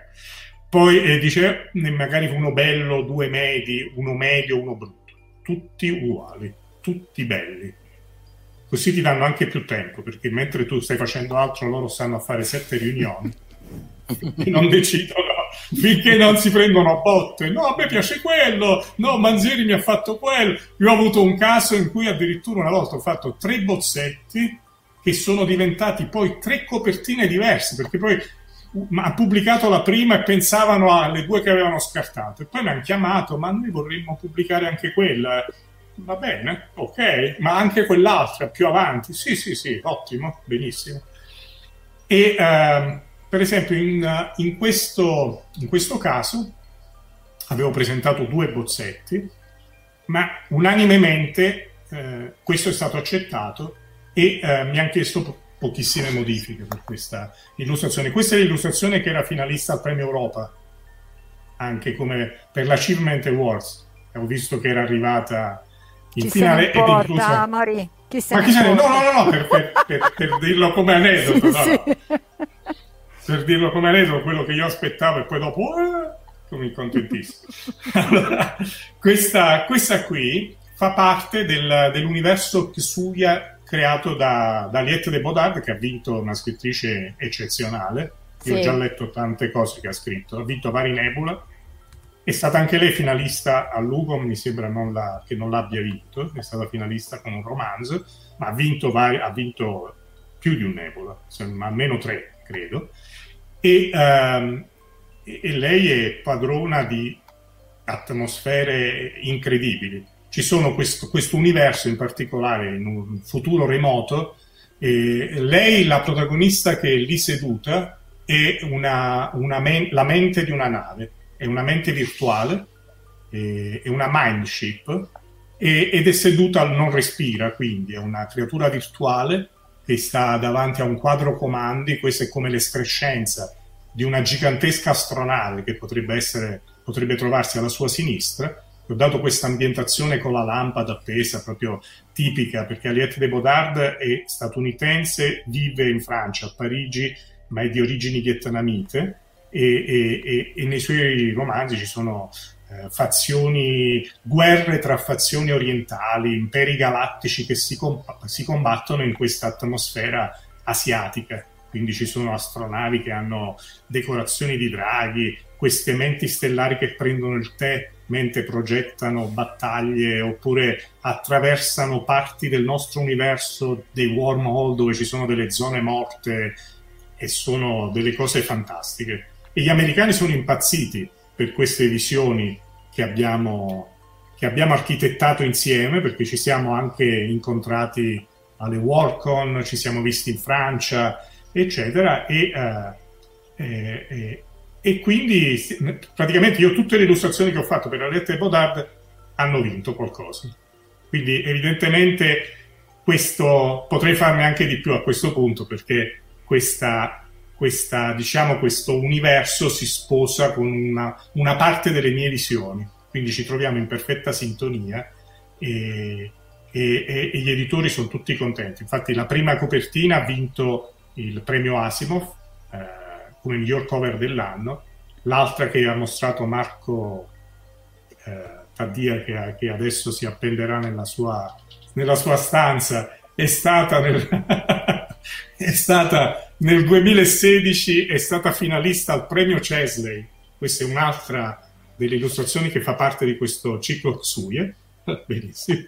Poi dice magari uno bello, 2 medi, uno medio, uno brutto, tutti uguali, tutti belli, così ti danno anche più tempo, perché mentre tu stai facendo altro loro stanno a fare 7 riunioni e non decidono, finché non si prendono a botte. No, a me piace quello, no, Manzieri mi ha fatto quello. Io ho avuto un caso in cui addirittura una volta ho fatto 3 bozzetti che sono diventati poi 3 copertine diverse, perché poi ha pubblicato la prima e pensavano alle 2 che avevano scartato, e poi mi hanno chiamato: ma noi vorremmo pubblicare anche quella. Va bene, ok, ma anche quell'altra più avanti. Sì, ottimo, benissimo. E per esempio in questo caso avevo presentato 2 bozzetti, ma unanimemente questo è stato accettato, e mi hanno chiesto pochissime modifiche per questa illustrazione. Questa è l'illustrazione che era finalista al Premio Europa, anche come per l'Achievement Awards. Avevo visto che era arrivata in finale ed inclusa... Mari? Chi se Ma ne chi se ne... importa? No, per dirlo come aneddoto, Sì. no. Per dirlo come aneddoto, quello che io aspettavo, e poi dopo sono contentissimo. Allora, questa qui fa parte dell'universo Ksuya creato da Aliette de Bodard, che ha vinto, una scrittrice eccezionale. Io ho già letto tante cose che ha scritto, ha vinto vari Nebula, è stata anche lei finalista all'Hugo, mi sembra che non l'abbia vinto, è stata finalista con un romanzo, ma ha vinto più di un Nebula, almeno 3 credo. e lei è padrona di atmosfere incredibili. Ci sono questo universo in particolare in un futuro remoto, lei, la protagonista che è lì seduta, è la mente di una nave, è una mente virtuale, è una mindship, ed è seduta, non respira, quindi è una creatura virtuale che sta davanti a un quadro comandi. Questa è come l'escrescenza di una gigantesca astronave che potrebbe trovarsi alla sua sinistra. Ho dato questa ambientazione con la lampada appesa, proprio tipica, perché Aliette de Bodard è statunitense, vive in Francia, a Parigi, ma è di origini vietnamite, e nei suoi romanzi ci sono guerre tra fazioni orientali, imperi galattici che si combattono in questa atmosfera asiatica. Quindi ci sono astronavi che hanno decorazioni di draghi, queste menti stellari che prendono il tè mentre progettano battaglie, oppure attraversano parti del nostro universo, dei wormhole dove ci sono delle zone morte, e sono delle cose fantastiche. E gli americani sono impazziti per queste visioni che abbiamo architettato insieme, perché ci siamo anche incontrati alle Worldcon, ci siamo visti in Francia, eccetera, e quindi praticamente io tutte le illustrazioni che ho fatto per Aliette de Bodard hanno vinto qualcosa. Quindi evidentemente potrei farne anche di più a questo punto, perché questo universo si sposa con una parte delle mie visioni, quindi ci troviamo in perfetta sintonia, e gli editori sono tutti contenti. Infatti la prima copertina ha vinto il premio Asimov come miglior cover dell'anno, l'altra che ha mostrato Marco Taddia, che adesso si appenderà nella sua stanza, è stata nel 2016, è stata finalista al premio Chesley. Questa è un'altra delle illustrazioni che fa parte di questo ciclo Xuje. Benissimo.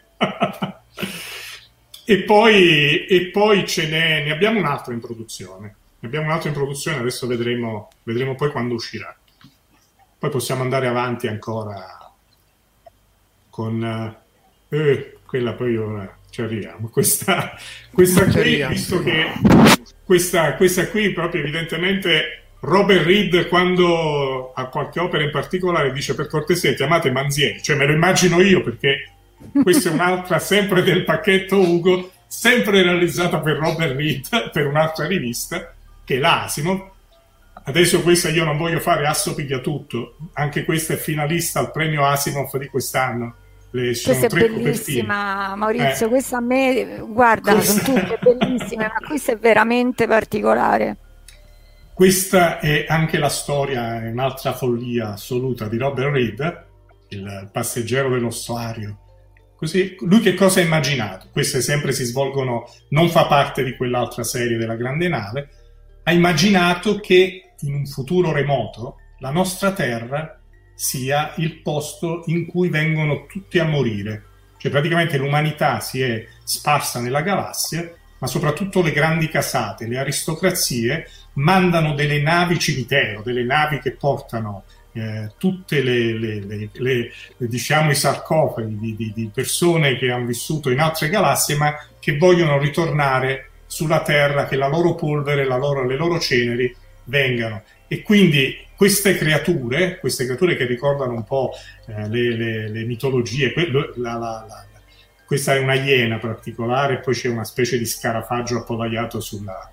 E poi ne abbiamo un'altra in produzione. Adesso vedremo poi quando uscirà. Poi possiamo andare avanti ancora con quella, poi ora ci arriviamo. Questa qui, visto che questa qui proprio evidentemente Robert Reed, quando ha qualche opera in particolare, dice: per cortesia chiamate Manzieri, cioè me lo immagino io, perché questa è un'altra sempre del pacchetto Ugo, sempre realizzata per Robert Reed per un'altra rivista che è l'Asimov. Adesso questa io non voglio fare asso pigliatutto, anche questa è finalista al premio Asimov di quest'anno. Questa è bellissima, Maurizio, questa a me, guarda, sono tutte bellissime, ma questa è veramente particolare. Questa è anche la storia, è un'altra follia assoluta di Robert Reed, il passeggero dell'ossuario. Così, lui che cosa ha immaginato? Queste sempre si svolgono, non fa parte di quell'altra serie della grande nave. Ha immaginato che in un futuro remoto la nostra Terra sia il posto in cui vengono tutti a morire. Cioè praticamente l'umanità si è sparsa nella galassia, ma soprattutto le grandi casate, le aristocrazie mandano delle navi cimitero, delle navi che portano tutte diciamo i sarcofagi di persone che hanno vissuto in altre galassie, ma che vogliono ritornare sulla Terra, che la loro polvere, le loro ceneri vengano. E quindi queste creature che ricordano un po' le mitologie, questa è una iena particolare, poi c'è una specie di scarafaggio appollaiato sulla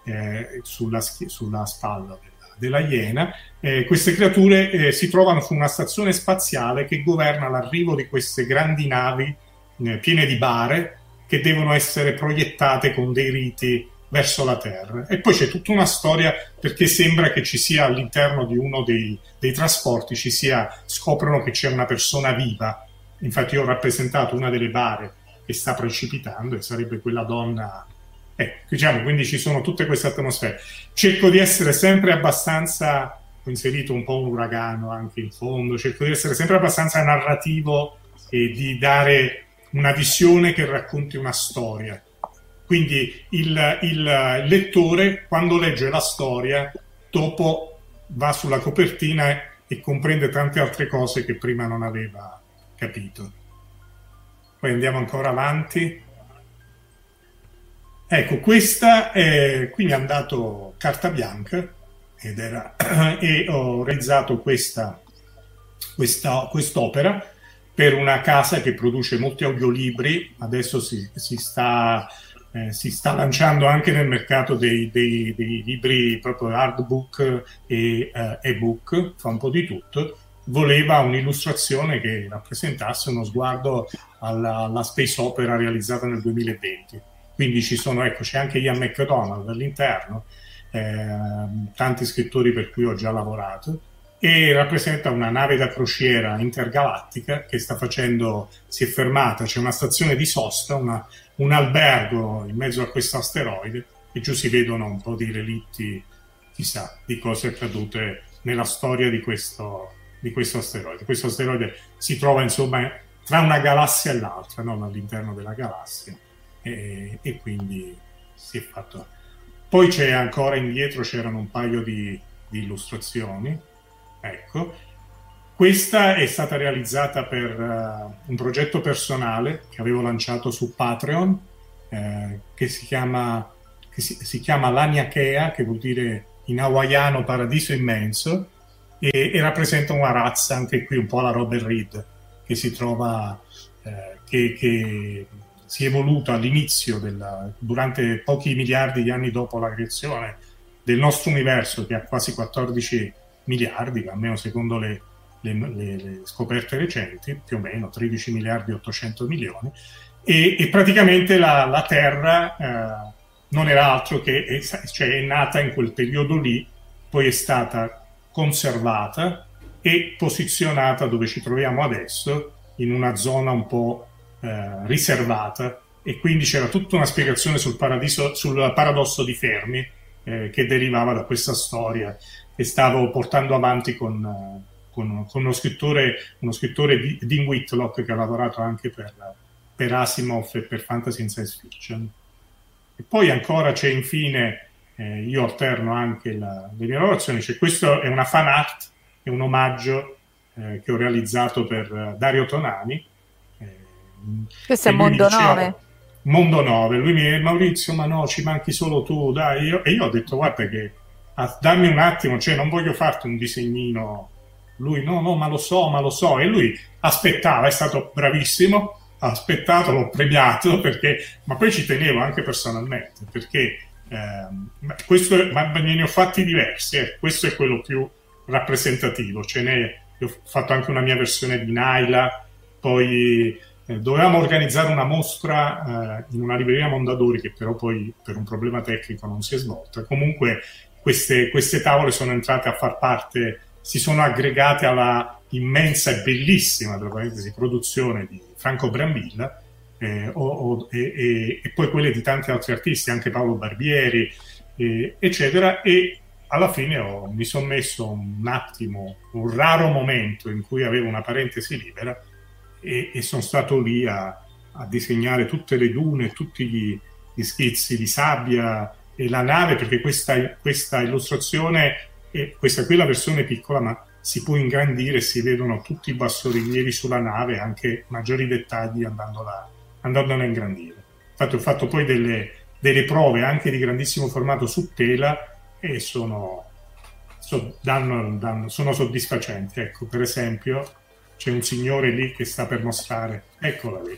spalla della iena. Queste creature si trovano su una stazione spaziale che governa l'arrivo di queste grandi navi piene di bare che devono essere proiettate con dei riti verso la Terra. E poi c'è tutta una storia, perché sembra che ci sia all'interno di uno dei trasporti scoprono che c'è una persona viva. Infatti io ho rappresentato una delle bare che sta precipitando, e sarebbe quella donna. Diciamo, quindi ci sono tutte queste atmosfere. Cerco di essere sempre abbastanza, ho inserito un po' un uragano anche in fondo, cerco di essere sempre abbastanza narrativo e di dare una visione che racconti una storia. Quindi il lettore, quando legge la storia, dopo va sulla copertina e comprende tante altre cose che prima non aveva capito. Poi andiamo ancora avanti. Ecco, questa è quindi è andato carta bianca e ho realizzato quest'opera per una casa che produce molti audiolibri. Adesso si sta lanciando anche nel mercato dei libri proprio hardbook e ebook, fa un po' di tutto. Voleva un'illustrazione che rappresentasse uno sguardo alla space opera realizzata nel 2020. Quindi c'è anche Ian McDonald all'interno, tanti scrittori per cui ho già lavorato, e rappresenta una nave da crociera intergalattica che si è fermata, c'è una stazione di sosta, un albergo in mezzo a questo asteroide, e giù si vedono un po' di relitti, chissà, di cose accadute nella storia di questo asteroide. Questo asteroide si trova insomma tra una galassia e l'altra, non all'interno della galassia, e quindi si è fatto. Poi c'è ancora indietro, c'erano un paio di illustrazioni. Ecco, questa è stata realizzata per un progetto personale che avevo lanciato su Patreon, che si chiama Laniakea, che vuol dire in hawaiano paradiso immenso, e rappresenta una razza, anche qui un po' alla Robert Reed, che si trova, che si è evoluta all'inizio durante pochi miliardi di anni dopo la creazione del nostro universo, che ha quasi 14 miliardi, almeno secondo le scoperte recenti, più o meno 13 miliardi e 800 milioni, e praticamente la Terra non era altro che, è nata in quel periodo lì, poi è stata conservata e posizionata dove ci troviamo adesso, in una zona un po' riservata, e quindi c'era tutta una spiegazione sul paradosso di Fermi, che derivava da questa storia che stavo portando avanti con uno scrittore Dean Whitlock, che ha lavorato anche per Asimov e per Fantasy and Science Fiction. E poi ancora c'è, infine, io alterno anche le mie lavorazioni, questo è una fan art, è un omaggio che ho realizzato per Dario Tonani. Questo è Mondo 9. Mondo 9. Lui mi dice: Maurizio, ma no, ci manchi solo tu, dai. E io ho detto: guarda che dammi un attimo, non voglio farti un disegnino. Lui: no, ma lo so. E lui aspettava, è stato bravissimo, ha aspettato, l'ho premiato, ma poi ci tenevo anche personalmente, perché ma ne ho fatti diversi, questo è quello più rappresentativo. Ho fatto anche una mia versione di Naila, poi dovevamo organizzare una mostra in una libreria Mondadori, che però poi per un problema tecnico non si è svolta. Comunque queste tavole sono entrate a far parte, si sono aggregate alla immensa e bellissima, tra parentesi, produzione di Franco Brambilla, e poi quelle di tanti altri artisti, anche Paolo Barbieri, eccetera. E alla fine mi sono messo un attimo, un raro momento in cui avevo una parentesi libera, e sono stato lì a disegnare tutte le dune, tutti gli schizzi di sabbia e la nave, perché questa illustrazione, questa qui è la versione piccola, ma si può ingrandire, si vedono tutti i bassorilievi sulla nave, anche maggiori dettagli andandola a ingrandire. Infatti ho fatto poi delle prove anche di grandissimo formato su tela, e sono soddisfacenti. Ecco, per esempio, c'è un signore lì che sta per mostrare, eccola lì.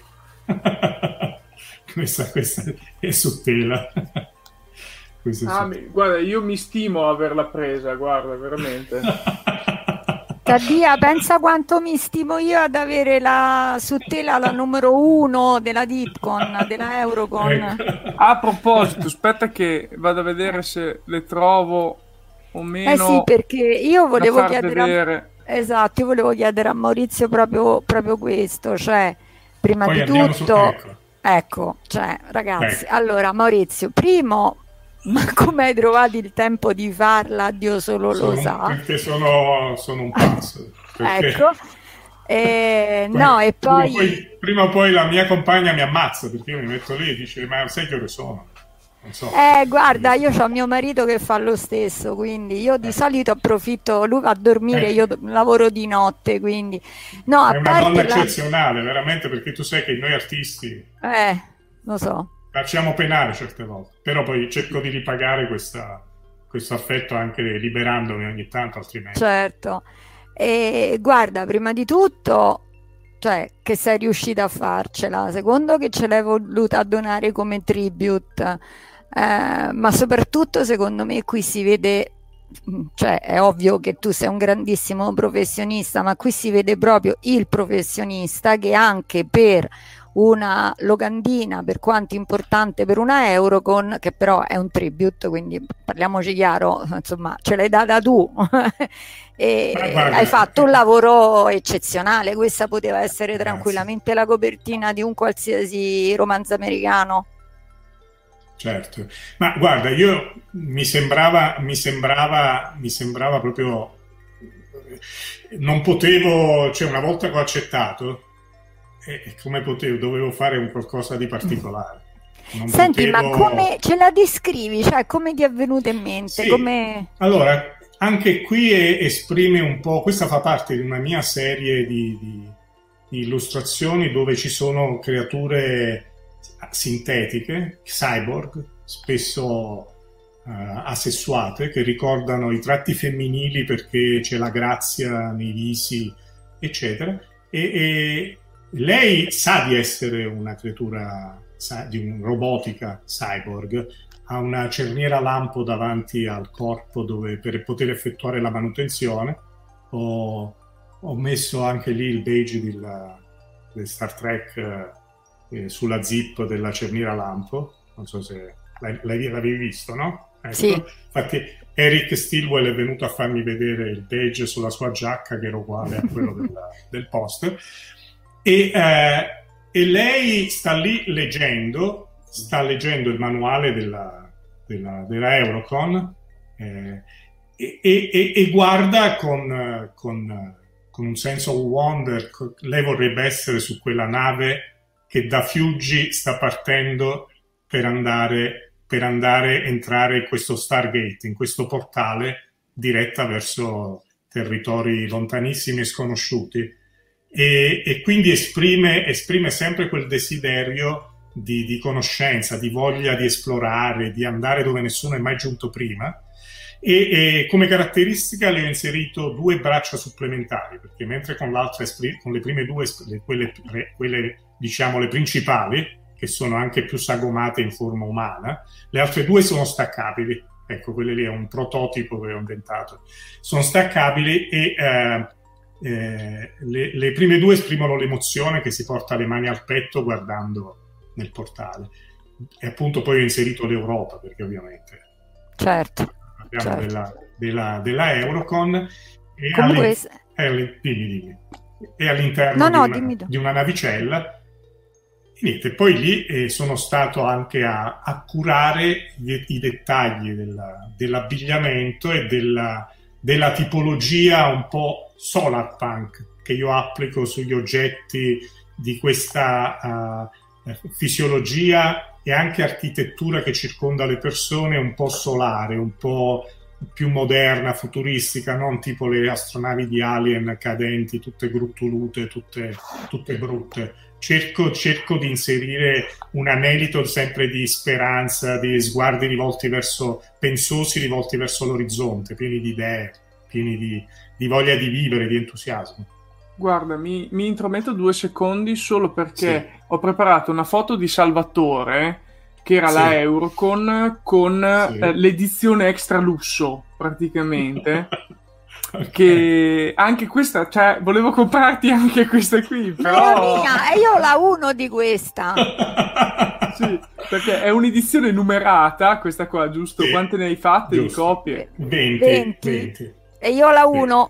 questa è su tela. Guarda, io mi stimo averla presa, guarda, veramente. Taddia, pensa quanto mi stimo io ad avere su tela la numero 1 della Dipcon, della Eurocon. Ecco. A proposito, aspetta che vado a vedere se le trovo o meno. Sì, perché io volevo chiedere esatto, io volevo chiedere a Maurizio proprio questo, cioè, prima poi di tutto, ecco, cioè, ragazzi, allora, Maurizio, primo, ma come hai trovato il tempo di farla? Dio solo lo sa. Perché sono un pazzo. Ecco. No, e poi... Prima o poi la mia compagna mi ammazza, perché io mi metto lì e dice: ma sai che ore sono? non so. Guarda, io ho mio marito che fa lo stesso, quindi io di solito approfitto, lui va a dormire, io lavoro di notte, quindi no, a È una parte donna eccezionale, veramente, perché tu sai che noi artisti lo so. facciamo penare certe volte, però poi cerco di ripagare questo affetto anche liberandomi ogni tanto, altrimenti. Certo. E guarda, prima di tutto, cioè, che sei riuscita a farcela, secondo che ce l'hai voluta donare come tribute, ma soprattutto secondo me qui si vede, cioè è ovvio che tu sei un grandissimo professionista, ma qui si vede proprio il professionista che anche per una locandina, per quanto importante per una Eurocon, che però è un tribute, quindi parliamoci chiaro, insomma ce l'hai data tu e guarda, hai fatto un lavoro eccezionale. Questa poteva essere tranquillamente la copertina di un qualsiasi romanzo americano. Certo, ma guarda, io mi sembrava proprio, non potevo, cioè una volta che ho accettato, come potevo, dovevo fare un qualcosa di particolare. Senti, ma come ce la descrivi? Cioè, come ti è venuta in mente? Sì. Come... Allora, anche qui esprime un po', questa fa parte di una mia serie di illustrazioni dove ci sono creature sintetiche, cyborg, spesso asessuate, che ricordano i tratti femminili perché c'è la grazia nei visi, eccetera. E lei sa di essere una creatura di un robotica cyborg, ha una cerniera lampo davanti al corpo dove per poter effettuare la manutenzione. Ho messo anche lì il badge del Star Trek sulla zip della cerniera lampo, non so se l'avevi visto, no? Ecco. Sì. Infatti Eric Stilwell è venuto a farmi vedere il badge sulla sua giacca che era uguale a quello del poster. E lei sta lì leggendo il manuale della Eurocon e guarda con un senso of wonder. Lei vorrebbe essere su quella nave che da Fiuggi sta partendo per entrare in questo Stargate, in questo portale diretta verso territori lontanissimi e sconosciuti. E quindi esprime sempre quel desiderio di conoscenza, di voglia di esplorare, di andare dove nessuno è mai giunto prima. E come caratteristica le ho inserito 2 braccia supplementari, perché mentre con l'altra, con le prime 2, quelle diciamo le principali, che sono anche più sagomate in forma umana, le altre 2 sono staccabili. Ecco, quelle lì è un prototipo che ho inventato. Sono staccabili e le prime 2 esprimono l'emozione che si porta le mani al petto guardando nel portale. E appunto poi ho inserito l'Europa, perché ovviamente abbiamo della Eurocon e comunque dimmi. E all'interno di una navicella. E niente, poi lì sono stato anche a curare i dettagli dell'abbigliamento e della tipologia un po' solarpunk che io applico sugli oggetti di questa fisiologia e anche architettura che circonda le persone, un po' solare, un po' più moderna, futuristica, non tipo le astronavi di Alien cadenti, tutte gruttolute, tutte brutte. Cerco di inserire un anelito sempre di speranza, di sguardi pensosi rivolti verso l'orizzonte, pieni di idee, pieni di voglia di vivere, di entusiasmo. Guarda, mi intrometto 2 secondi solo perché ho preparato una foto di Salvatore, che era la Eurocon, con l'edizione extra lusso, praticamente. Okay. Che anche questa, cioè, volevo comprarti anche questa qui, però... mia, e io la 1 di questa. Sì, perché è un'edizione numerata, questa qua, giusto? Sì. Quante ne hai fatte di copie? 20. E io la 1.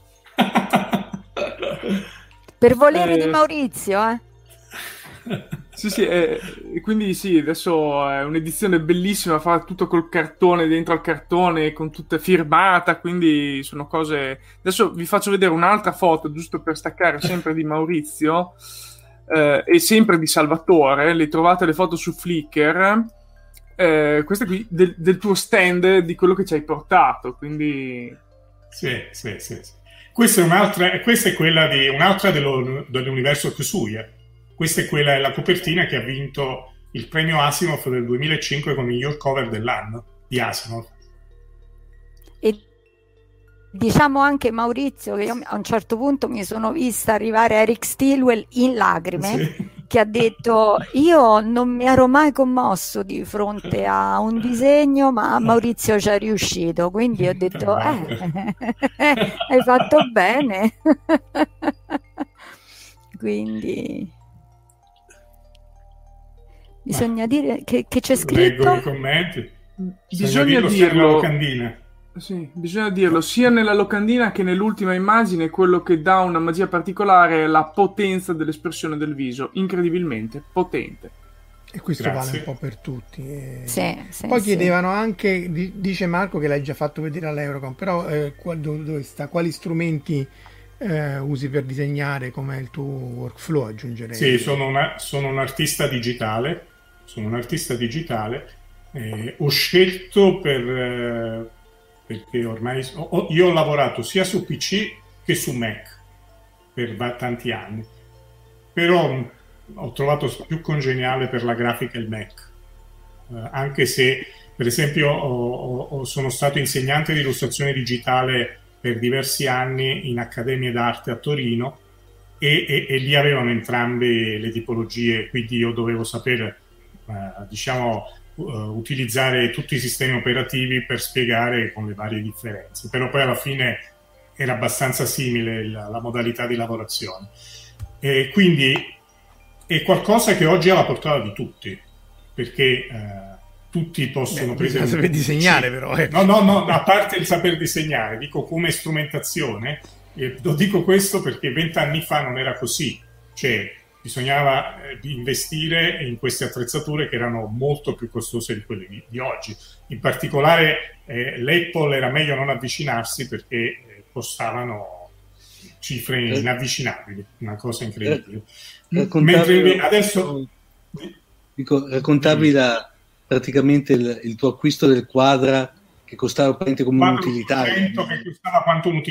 Per volere di Maurizio, Sì, quindi sì, adesso è un'edizione bellissima, fa tutto col cartone, dentro al cartone, con tutta firmata, quindi sono cose... Adesso vi faccio vedere un'altra foto, giusto per staccare, sempre di Maurizio, e sempre di Salvatore. Le trovate le foto su Flickr. questa qui del tuo stand, di quello che ci hai portato, quindi... Sì. Questa è quella di un'altra dell'universo Kusuya. Questa è quella, la copertina che ha vinto il premio Asimov del 2005 come miglior cover dell'anno di Asimov. E diciamo anche, Maurizio, che io a un certo punto mi sono vista arrivare Eric Stilwell in lacrime, Sì. che ha detto: io non mi ero mai commosso di fronte a un disegno, ma Maurizio ci è riuscito, quindi ho detto hai fatto bene. Quindi bisogna dire che c'è scritto. Leggo i commenti. Bisogna dirlo. Sì, bisogna dirlo, sia nella locandina che nell'ultima immagine. Quello che dà una magia particolare è la potenza dell'espressione del viso, incredibilmente potente. E questo Grazie. vale un po' per tutti. Sì, Poi sì. chiedevano anche, dice Marco che l'hai già fatto vedere all'Eurocom, però dove sta? Quali strumenti usi per disegnare, come il tuo workflow, aggiungerei? Sì, sono un artista digitale. Ho scelto perché ormai io ho lavorato sia su PC che su Mac per tanti anni, però ho trovato più congeniale per la grafica il Mac, anche se per esempio sono stato insegnante di illustrazione digitale per diversi anni in accademie d'arte a Torino e lì avevano entrambe le tipologie, quindi io dovevo sapere utilizzare tutti i sistemi operativi per spiegare con le varie differenze, però poi alla fine era abbastanza simile la modalità di lavorazione, e quindi è qualcosa che oggi è alla portata di tutti, perché tutti possono bisogna saper disegnare, però no, a parte il saper disegnare, dico come strumentazione, lo dico questo perché 20 anni fa non era così, cioè bisognava investire in queste attrezzature che erano molto più costose di quelle di oggi. In particolare l'Apple era meglio non avvicinarsi perché costavano cifre inavvicinabili, una cosa incredibile. Mentre adesso raccontavi praticamente il tuo acquisto del Quadra, che costava praticamente come un utilitario. Che costava quanto un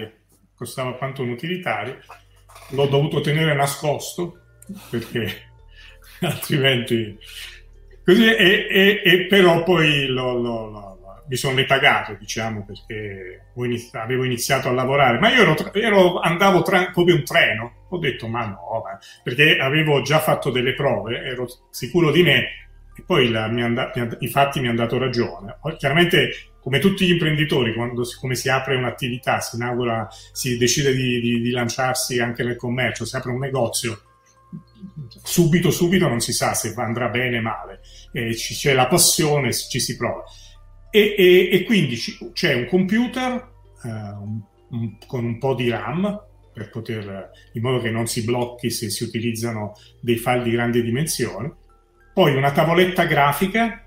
utilitario. L'ho dovuto tenere nascosto perché altrimenti così, e però poi mi sono ripagato, diciamo, perché avevo iniziato a lavorare, ma io andavo proprio in treno, ho detto perché avevo già fatto delle prove, ero sicuro di me, e poi i fatti mi hanno dato ragione. Chiaramente, come tutti gli imprenditori, come si apre un'attività, si decide di lanciarsi anche nel commercio, si apre un negozio, subito non si sa se andrà bene o male, c'è la passione, ci si prova. E quindi c'è un computer con un po' di RAM per in modo che non si blocchi se si utilizzano dei file di grandi dimensioni, poi una tavoletta grafica.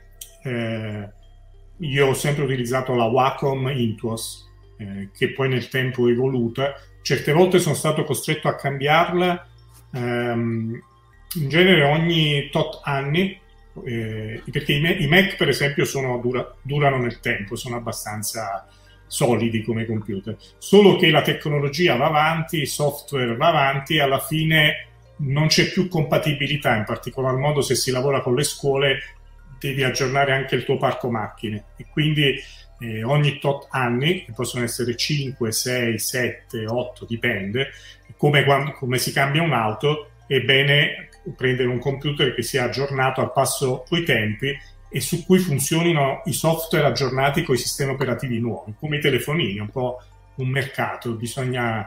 Io ho sempre utilizzato la Wacom Intuos, che poi nel tempo è evoluta. Certe volte sono stato costretto a cambiarla, in genere ogni tot anni, perché i Mac per esempio durano nel tempo, sono abbastanza solidi come computer, solo che la tecnologia va avanti, il software va avanti, e alla fine non c'è più compatibilità, in particolar modo se si lavora con le scuole devi aggiornare anche il tuo parco macchine, e quindi ogni tot anni, che possono essere 5, 6, 7, 8, dipende, come si cambia un'auto, è bene prendere un computer che sia aggiornato al passo coi tempi e su cui funzionino i software aggiornati con i sistemi operativi nuovi, come i telefonini, un po' un mercato, bisogna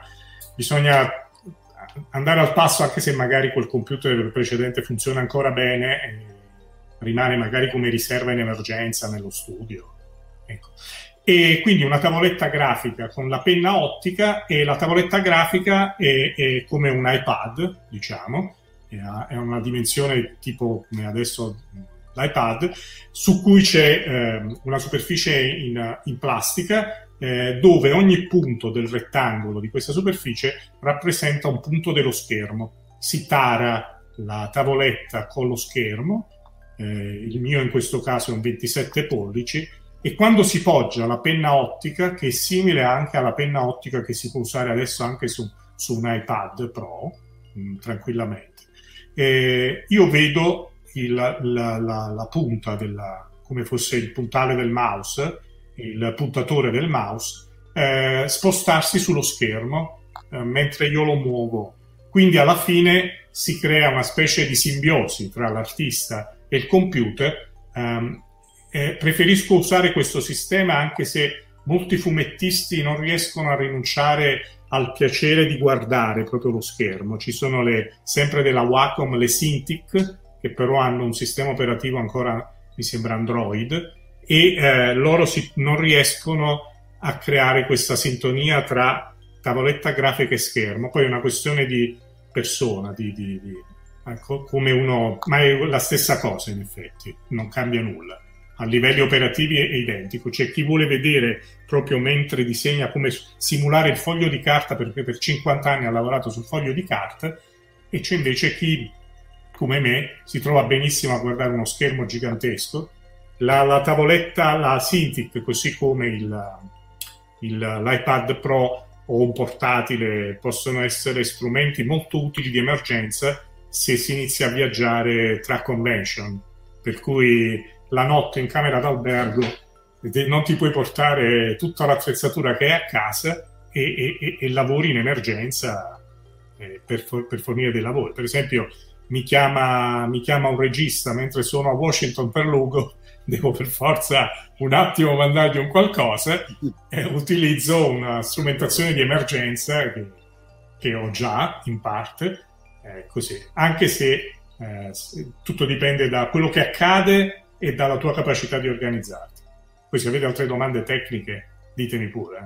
andare al passo, anche se magari quel computer precedente funziona ancora bene, rimane magari come riserva in emergenza nello studio. Ecco. E quindi una tavoletta grafica con la penna ottica, e la tavoletta grafica è come un iPad, diciamo, è una dimensione tipo come adesso l'iPad, su cui c'è una superficie in plastica, dove ogni punto del rettangolo di questa superficie rappresenta un punto dello schermo. Si tara la tavoletta con lo schermo, il mio in questo caso è un 27 pollici, e quando si poggia la penna ottica, che è simile anche alla penna ottica che si può usare adesso anche su un iPad Pro, tranquillamente, io vedo la punta come fosse il puntale del mouse, il puntatore del mouse, spostarsi sullo schermo mentre io lo muovo. Quindi alla fine si crea una specie di simbiosi tra l'artista e il computer. Preferisco usare questo sistema, anche se molti fumettisti non riescono a rinunciare al piacere di guardare proprio lo schermo. Ci sono sempre della Wacom, le Cintiq, che però hanno un sistema operativo ancora, mi sembra, Android, e loro non riescono a creare questa sintonia tra tavoletta grafica e schermo. Poi è una questione di persona, come uno, ma è la stessa cosa in effetti, non cambia nulla. A livelli operativi è identico. C'è chi vuole vedere proprio mentre disegna come simulare il foglio di carta, perché per 50 anni ha lavorato sul foglio di carta, e c'è invece chi, come me, si trova benissimo a guardare uno schermo gigantesco. La tavoletta, la Cintiq, così come l'iPad Pro o un portatile, possono essere strumenti molto utili di emergenza se si inizia a viaggiare tra convention, per cui la notte in camera d'albergo non ti puoi portare tutta l'attrezzatura che hai a casa e lavori in emergenza per fornire dei lavori. Per esempio mi chiama un regista mentre sono a Washington per Lugo, devo per forza un attimo mandargli un qualcosa, utilizzo una strumentazione di emergenza che ho già in parte, così, anche se tutto dipende da quello che accade e dalla tua capacità di organizzarti. Poi se avete altre domande tecniche ditemi pure.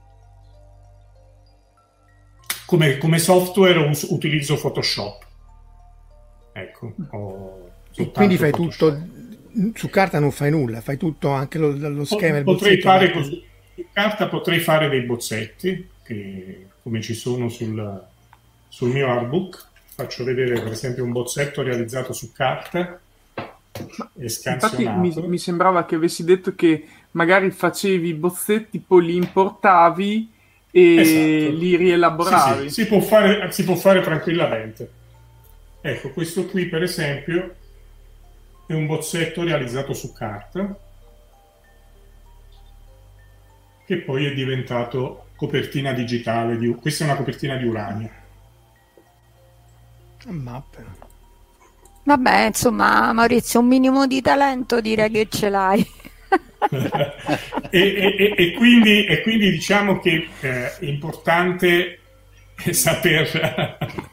Come software utilizzo Photoshop. Ecco. E quindi fai tutto su carta, non fai nulla, fai tutto, anche lo schema. Potrei fare così. Su carta potrei fare dei bozzetti che, come ci sono sul mio artbook. Faccio vedere per esempio un bozzetto realizzato su carta e scansionato. Infatti mi sembrava che avessi detto che magari facevi i bozzetti, poi li importavi e esatto, li rielaboravi. Sì, si può fare tranquillamente. Ecco, questo qui per esempio è un bozzetto realizzato su carta che poi è diventato copertina digitale. Questa è una copertina di uranio. Mappe. Vabbè, insomma, Maurizio, un minimo di talento direi che ce l'hai. e quindi diciamo che è importante saper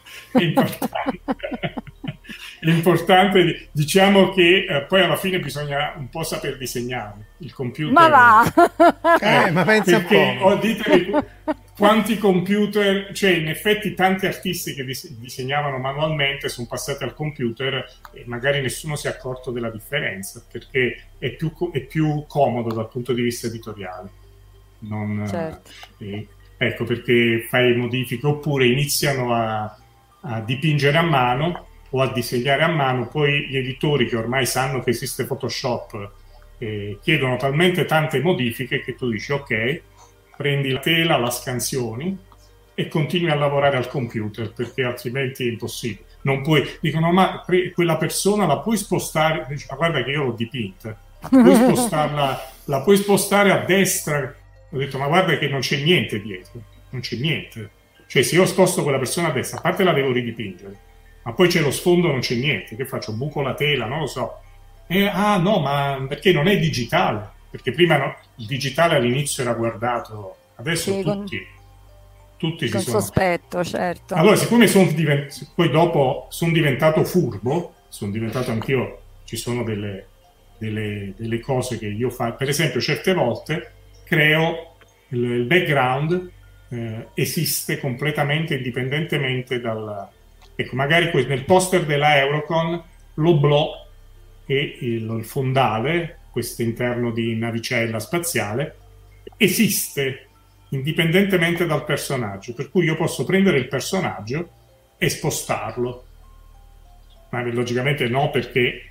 è importante, diciamo che poi alla fine bisogna un po' saper disegnare il computer. Ma va! Ma pensa perché un po'. ditemi quanti computer, cioè in effetti tanti artisti che disegnavano manualmente sono passati al computer e magari nessuno si è accorto della differenza, perché è più comodo dal punto di vista editoriale. Certo. Ecco perché fai modifiche, oppure iniziano a dipingere a mano o a disegnare a mano, poi gli editori che ormai sanno che esiste Photoshop chiedono talmente tante modifiche che tu dici ok, prendi la tela, la scansioni e continui a lavorare al computer, perché altrimenti è impossibile. Non puoi, dicono ma quella persona la puoi spostare, dici, ma guarda che io l'ho dipinta, la puoi spostare a destra. Ho detto ma guarda che non c'è niente dietro, non c'è niente, cioè se io sposto quella persona a destra, a parte la devo ridipingere, ma poi c'è lo sfondo, non c'è niente, che faccio? Buco la tela, non lo so. No, ma perché non è digitale? Perché prima il digitale all'inizio era guardato, adesso sì, tutti con si sono... sospetto, certo. Allora, siccome poi dopo sono diventato furbo, sono diventato anch'io, ci sono delle cose che io faccio, per esempio certe volte creo il background, esiste completamente indipendentemente dal... Ecco, magari nel poster della Eurocon l'oblò e il fondale, questo interno di navicella spaziale, esiste indipendentemente dal personaggio, per cui io posso prendere il personaggio e spostarlo, ma logicamente no, perché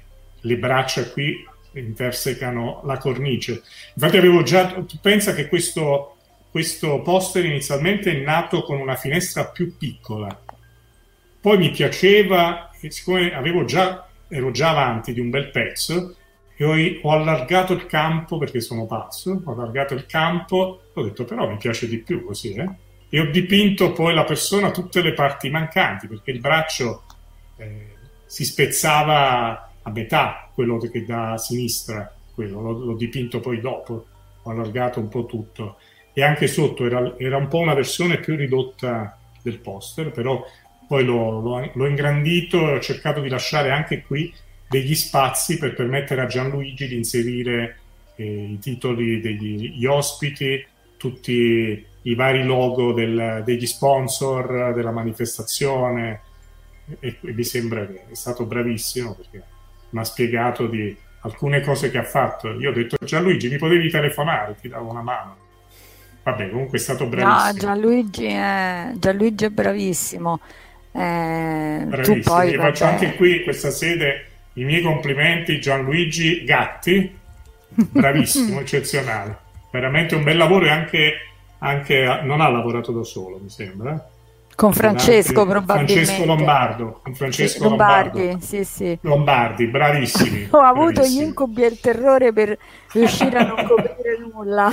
le braccia qui intersecano la cornice. Infatti tu pensa che questo poster inizialmente è nato con una finestra più piccola, poi mi piaceva, e siccome ero già avanti di un bel pezzo, e ho allargato il campo, perché sono pazzo, ho allargato il campo, ho detto però mi piace di più così, e ho dipinto poi la persona tutte le parti mancanti, perché il braccio si spezzava a metà, quello che da sinistra, quello l'ho dipinto poi dopo, ho allargato un po' tutto, e anche sotto era un po' una versione più ridotta del poster, però poi l'ho ingrandito e ho cercato di lasciare anche qui degli spazi per permettere a Gianluigi di inserire i titoli degli ospiti, tutti i vari logo degli sponsor della manifestazione, e mi sembra che è stato bravissimo, perché mi ha spiegato di alcune cose che ha fatto. Io ho detto: Gianluigi, mi potevi telefonare, ti davo una mano. Vabbè, comunque è stato bravissimo. No, Gianluigi è bravissimo. Bravissimo. Tu poi, Io faccio anche qui, questa sede, i miei complimenti. Gianluigi Gatti, bravissimo, eccezionale, veramente un bel lavoro, e anche non ha lavorato da solo, mi sembra. Con Francesco, probabilmente. Francesco Lombardo, con Francesco Lombardi, sì. Lombardi, bravissimi. Ho avuto gli incubi e il terrore per riuscire a non coprire nulla.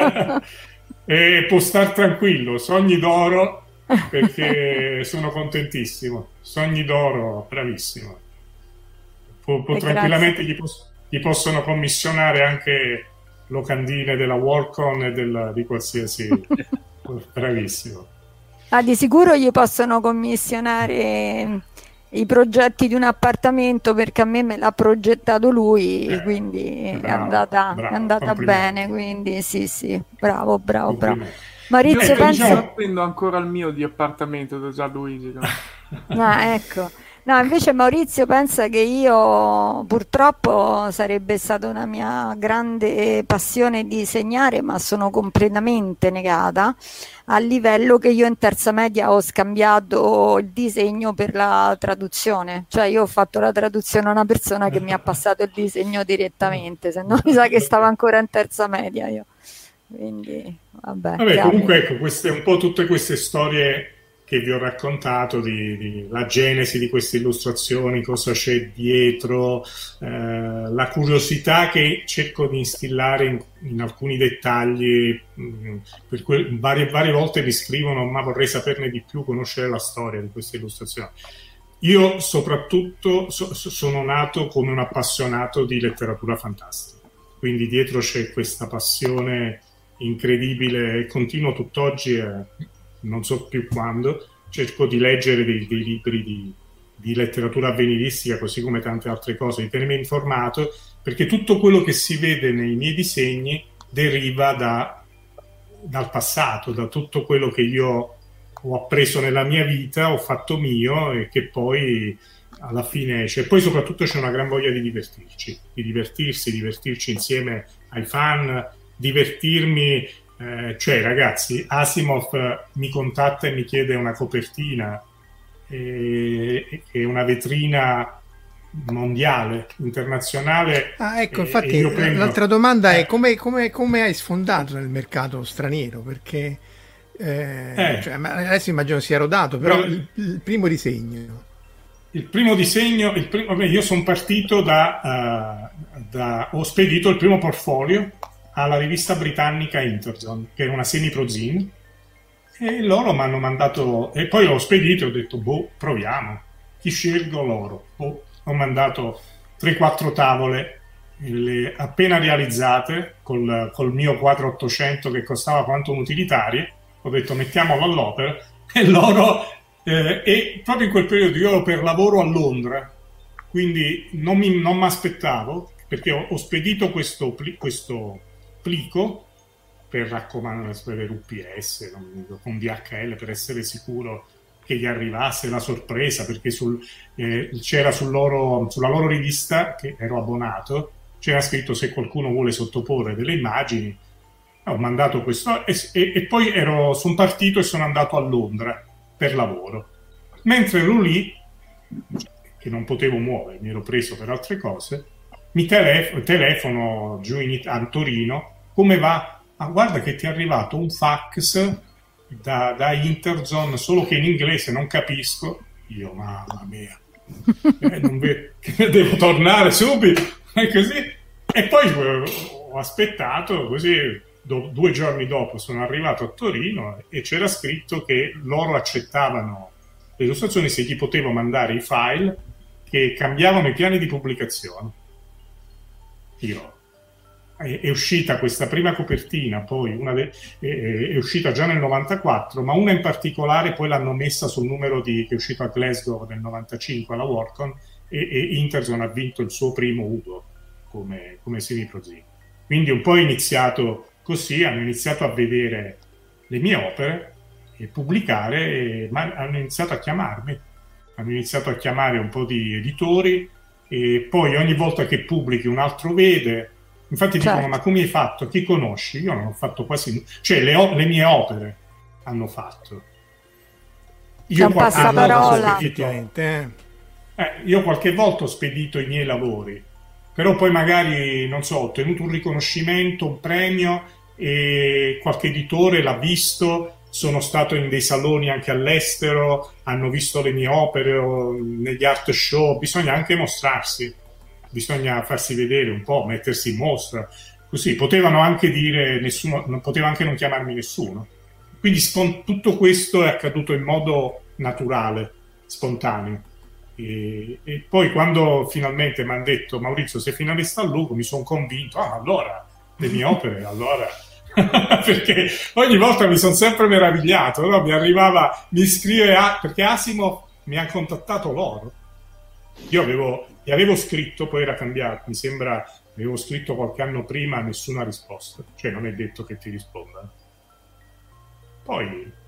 E può star tranquillo, sogni d'oro, perché sono contentissimo. Sogni d'oro, bravissimo. Può tranquillamente gli possono commissionare anche locandine della Workon e di qualsiasi. Bravissimo. Di sicuro gli possono commissionare i progetti di un appartamento, perché a me l'ha progettato lui, quindi bravo, è andata bene, quindi sì, bravo. Maurizio, prendo ancora il mio di appartamento da Gianluigi. Ecco. No, invece Maurizio pensa che io, purtroppo, sarebbe stata una mia grande passione disegnare, ma sono completamente negata, a livello che io in terza media ho scambiato il disegno per la traduzione. Cioè io ho fatto la traduzione a una persona che mi ha passato il disegno direttamente, se no mi sa che stavo ancora in terza media io. Quindi vabbè, comunque ecco, queste un po' tutte queste storie che vi ho raccontato, di la genesi di queste illustrazioni, cosa c'è dietro, la curiosità che cerco di instillare in alcuni dettagli, per cui varie volte mi scrivono: ma vorrei saperne di più, conoscere la storia di queste illustrazioni. Io soprattutto sono nato come un appassionato di letteratura fantastica, quindi dietro c'è questa passione incredibile, e continuo tutt'oggi, non so più quando, cerco di leggere dei libri di letteratura avveniristica, così come tante altre cose, di tenermi informato, perché tutto quello che si vede nei miei disegni deriva dal passato, da tutto quello che io ho appreso nella mia vita, ho fatto mio, e che poi alla fine c'è. Poi soprattutto c'è una gran voglia di divertirsi insieme ai fan, divertirmi. Cioè, ragazzi, Asimov mi contatta e mi chiede una copertina e una vetrina mondiale, internazionale. Ecco, infatti l'altra domanda è come hai sfondato nel mercato straniero, perché cioè, adesso immagino sia rodato, però il primo disegno. Io sono partito ho spedito il primo portfolio alla rivista britannica Interzone, che era una semi-prozine, e loro mi hanno mandato, e poi l'ho spedito e ho detto proviamo, chi scelgo? Loro. Ho mandato 3-4 tavole, appena realizzate, col mio quadro 800 che costava quanto un utilitario. Ho detto mettiamolo all'opera, e loro e proprio in quel periodo io ero per lavoro a Londra, quindi non mi aspettavo, perché ho spedito questo plico per raccomandare per UPS, con DHL, per essere sicuro che gli arrivasse la sorpresa, perché c'era sulla loro rivista, che ero abbonato, c'era scritto: se qualcuno vuole sottoporre delle immagini. Ho mandato questo e poi sono partito e sono andato a Londra per lavoro. Mentre ero lì, che non potevo muovere, mi ero preso per altre cose, telefono giù a Torino, come va? Ah, guarda che ti è arrivato un fax da Interzone, solo che in inglese non capisco. Io, mamma mia, devo tornare subito, e così. E poi ho aspettato, così 2 giorni dopo sono arrivato a Torino e c'era scritto che loro accettavano le illustrazioni se gli potevo mandare i file che cambiavano i piani di pubblicazione. È uscita questa prima copertina, poi è uscita già nel 94, ma una in particolare poi l'hanno messa sul numero che è uscito a Glasgow nel 95 alla Worldcon, e Interzone ha vinto il suo primo Ugo come semiprozine. Quindi un po' è iniziato così, hanno iniziato a vedere le mie opere e pubblicare, ma hanno iniziato a chiamarmi, hanno iniziato a chiamare un po' di editori, e poi ogni volta che pubblichi un altro vede. Infatti dicono, ma come hai fatto? Chi conosci? Io non ho fatto quasi, cioè le mie opere hanno fatto. Io qualche volta ho spedito i miei lavori, però poi magari, non so, ho ottenuto un riconoscimento, un premio, e qualche editore l'ha visto, sono stato in dei saloni anche all'estero, hanno visto le mie opere negli art show. Bisogna anche mostrarsi, bisogna farsi vedere un po', mettersi in mostra, così. Potevano anche dire nessuno, non poteva anche non chiamarmi nessuno. Quindi tutto questo è accaduto in modo naturale, spontaneo. E poi quando finalmente mi hanno detto, Maurizio, sei finalista al Lugo, mi sono convinto, allora le mie opere, allora perché ogni volta mi sono sempre meravigliato, no? Mi scrive perché Asimov mi ha contattato loro. Io gli avevo scritto, poi era cambiato, mi sembra, avevo scritto qualche anno prima, nessuna risposta, cioè non è detto che ti risponda. Poi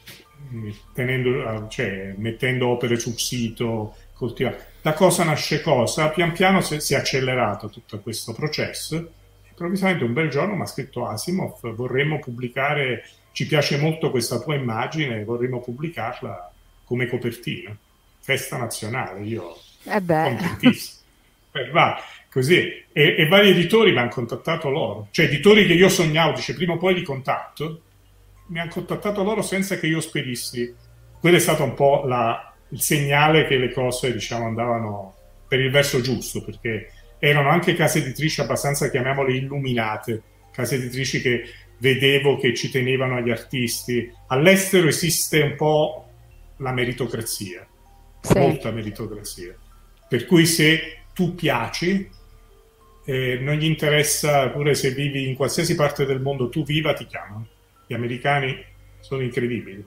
mettendo opere sul sito, da cosa nasce cosa, pian piano si è accelerato tutto questo processo. Improvvisamente un bel giorno mi ha scritto Asimov, vorremmo pubblicare, ci piace molto questa tua immagine, vorremmo pubblicarla come copertina, festa nazionale. Io contentissimo. Va così, e vari editori mi hanno contattato loro, cioè editori che io sognavo, dice prima o poi li contatto, mi hanno contattato loro senza che io spedissi. Quello è stato un po' il segnale che le cose, diciamo, andavano per il verso giusto, perché erano anche case editrici abbastanza, chiamiamole, illuminate, case editrici che vedevo che ci tenevano agli artisti. All'estero esiste un po' la meritocrazia, molta meritocrazia, per cui se tu piaci, non gli interessa, pure se vivi in qualsiasi parte del mondo tu viva, ti chiamano. Gli americani sono incredibili.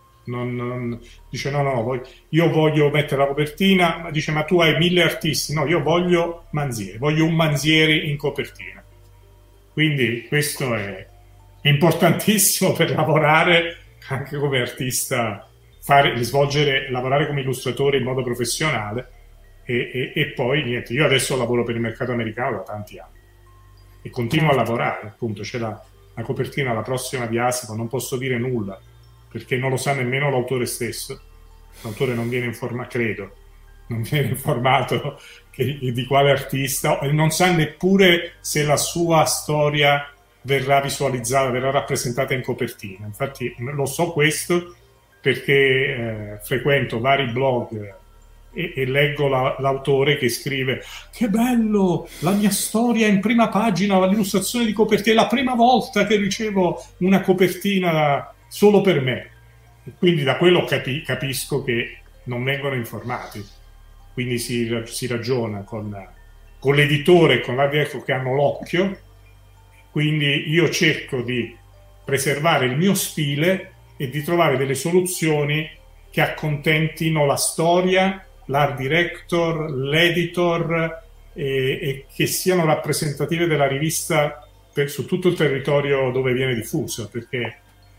Dice no, io voglio mettere la copertina, ma dice ma tu hai 1000 artisti, no, io voglio Manzieri, voglio un Manzieri in copertina. Quindi questo è importantissimo per lavorare anche come artista, lavorare come illustratore in modo professionale, e poi niente, io adesso lavoro per il mercato americano da tanti anni e continuo a lavorare, appunto. C'è la copertina, la prossima di Asimov, non posso dire nulla perché non lo sa nemmeno l'autore stesso. L'autore non viene informato, credo, non viene informato di quale artista, e non sa neppure se la sua storia verrà visualizzata, verrà rappresentata in copertina. Infatti lo so questo perché frequento vari blog e leggo l'autore che scrive: che bello, la mia storia in prima pagina, l'illustrazione di copertina, è la prima volta che ricevo una copertina solo per me. E quindi da quello capisco che non vengono informati, quindi si ragiona con l'editore e con l'ADF che hanno l'occhio. Quindi io cerco di preservare il mio stile e di trovare delle soluzioni che accontentino la storia, l'art director, l'editor, e che siano rappresentative della rivista su tutto il territorio dove viene diffuso, perché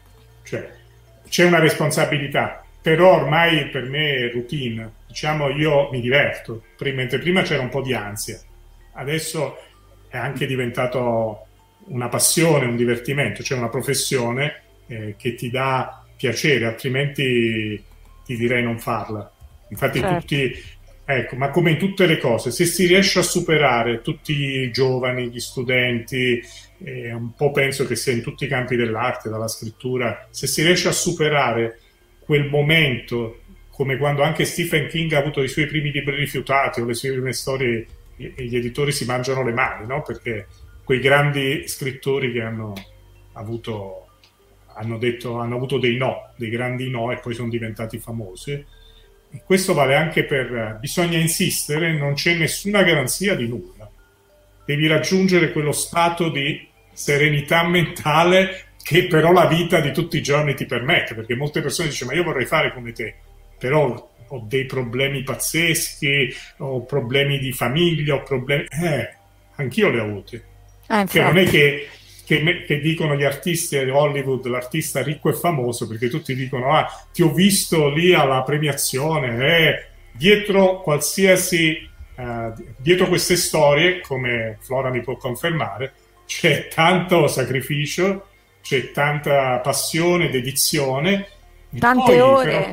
c'è una responsabilità, però ormai per me è routine, diciamo. Io mi diverto, mentre prima c'era un po' di ansia, adesso è anche diventato una passione, un divertimento, cioè una professione che ti dà piacere, altrimenti ti direi non farla. Infatti tutti ecco, ma come in tutte le cose, se si riesce a superare tutti i giovani, gli studenti, un po' penso che sia in tutti i campi dell'arte, dalla scrittura, se si riesce a superare quel momento, come quando anche Stephen King ha avuto i suoi primi libri rifiutati o le sue prime storie, gli editori si mangiano le mani, no? Perché quei grandi scrittori che hanno avuto dei no, dei grandi no, e poi sono diventati famosi. E questo vale anche bisogna insistere, non c'è nessuna garanzia di nulla. Devi raggiungere quello stato di serenità mentale che però la vita di tutti i giorni ti permette, perché molte persone dicono: ma io vorrei fare come te, però ho dei problemi pazzeschi, ho problemi di famiglia, ho problemi... anch'io li ho avuti. Che non è che dicono gli artisti di Hollywood, l'artista ricco e famoso, perché tutti dicono: ah, ti ho visto lì alla premiazione, dietro dietro queste storie, come Flora mi può confermare, c'è tanto sacrificio, c'è tanta passione, dedizione, tante ore,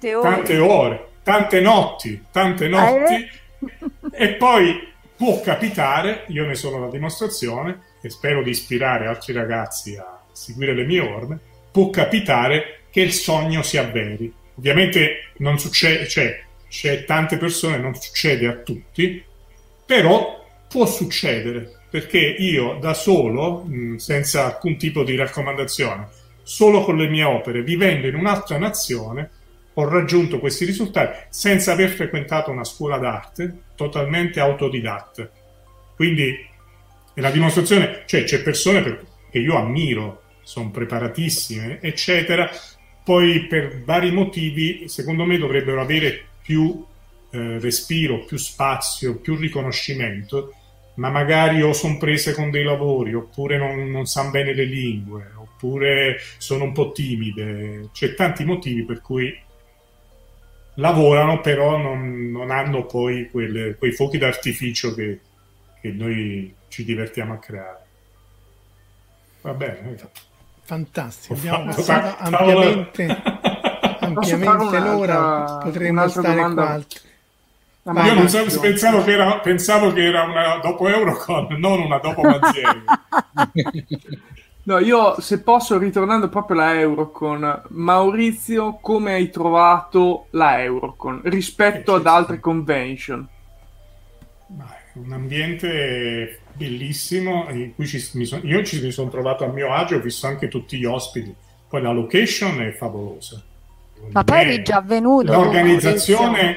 tante notti, e poi può capitare, io ne sono la dimostrazione, e spero di ispirare altri ragazzi a seguire le mie orme, può capitare che il sogno si avveri. Ovviamente non succede, c'è tante persone, non succede a tutti, però può succedere, perché io da solo, senza alcun tipo di raccomandazione, solo con le mie opere, vivendo in un'altra nazione, ho raggiunto questi risultati senza aver frequentato una scuola d'arte, totalmente autodidatta. Quindi è la dimostrazione, c'è persone che io ammiro, sono preparatissime, eccetera, poi per vari motivi, secondo me, dovrebbero avere più respiro, più spazio, più riconoscimento, ma magari o sono prese con dei lavori, oppure non sanno bene le lingue, oppure sono un po' timide. C'è tanti motivi per cui lavorano, però non hanno poi quei fuochi d'artificio che noi ci divertiamo a creare. Va bene. Fantastico, abbiamo passato ampiamente l'ora, potremmo stare qua. Io non so, pensavo che era una dopo Eurocon, non una dopo Mazzieri. No, io, se posso, ritornando proprio alla Eurocon, Maurizio, come hai trovato la Eurocon rispetto ad altre convention? Un ambiente bellissimo in cui io mi sono trovato a mio agio, ho visto anche tutti gli ospiti, poi la location è favolosa. Ma poi eri già venuto? L'organizzazione...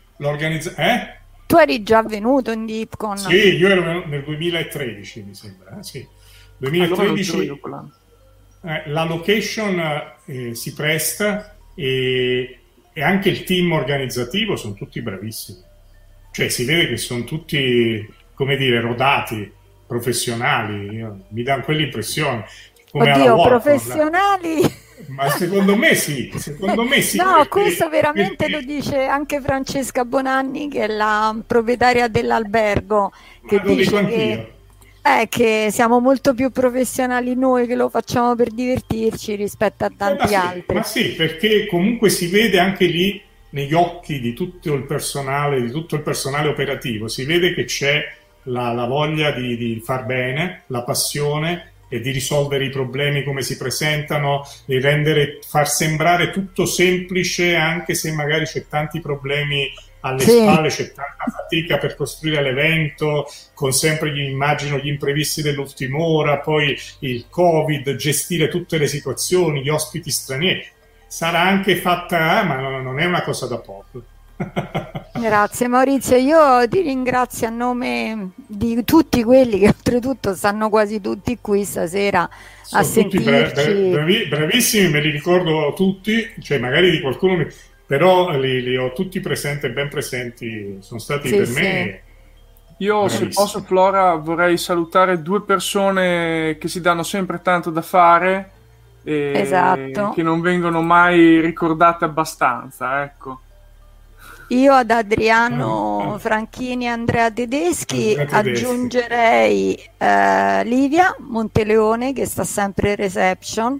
Tu eri già venuto in DeepCon? Sì, io ero nel 2013, mi sembra. Sì. 2013. La location si presta e anche il team organizzativo sono tutti bravissimi. Cioè si vede che sono tutti, come dire, rodati, professionali. Mi danno quell'impressione. Come Oddio, professionali? Ma secondo me sì. No, questo veramente lo dice anche Francesca Bonanni, che è la proprietaria dell'albergo, che dice che siamo molto più professionali noi, che lo facciamo per divertirci rispetto a tanti altri. Ma sì, perché comunque si vede anche lì negli occhi di tutto il personale operativo, si vede che c'è la voglia di far bene, la passione e di risolvere i problemi come si presentano, di far sembrare tutto semplice, anche se magari c'è tanti problemi alle spalle, c'è tanta fatica per costruire l'evento, con sempre immagino gli imprevisti dell'ultima ora, poi il Covid, gestire tutte le situazioni, gli ospiti stranieri. Sarà anche fatta, ma non è una cosa da poco. Grazie Maurizio, io ti ringrazio a nome di tutti quelli che oltretutto stanno quasi tutti qui stasera a sentirci. Bravissimi, me li ricordo tutti, cioè magari di qualcuno, però li ho tutti presenti, ben presenti, sono stati per me. Io, bravissimi. Se posso, Flora, vorrei salutare due persone che si danno sempre tanto da fare e esatto, che non vengono mai ricordate abbastanza, ecco. Io ad Adriano Franchini e Andrea Tedeschi aggiungerei Livia Monteleone, che sta sempre in reception,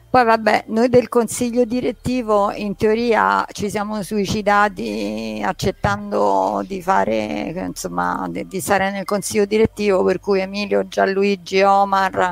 Poi vabbè, noi del consiglio direttivo in teoria ci siamo suicidati accettando di fare, insomma, di stare nel consiglio direttivo, per cui Emilio, Gianluigi, Omar,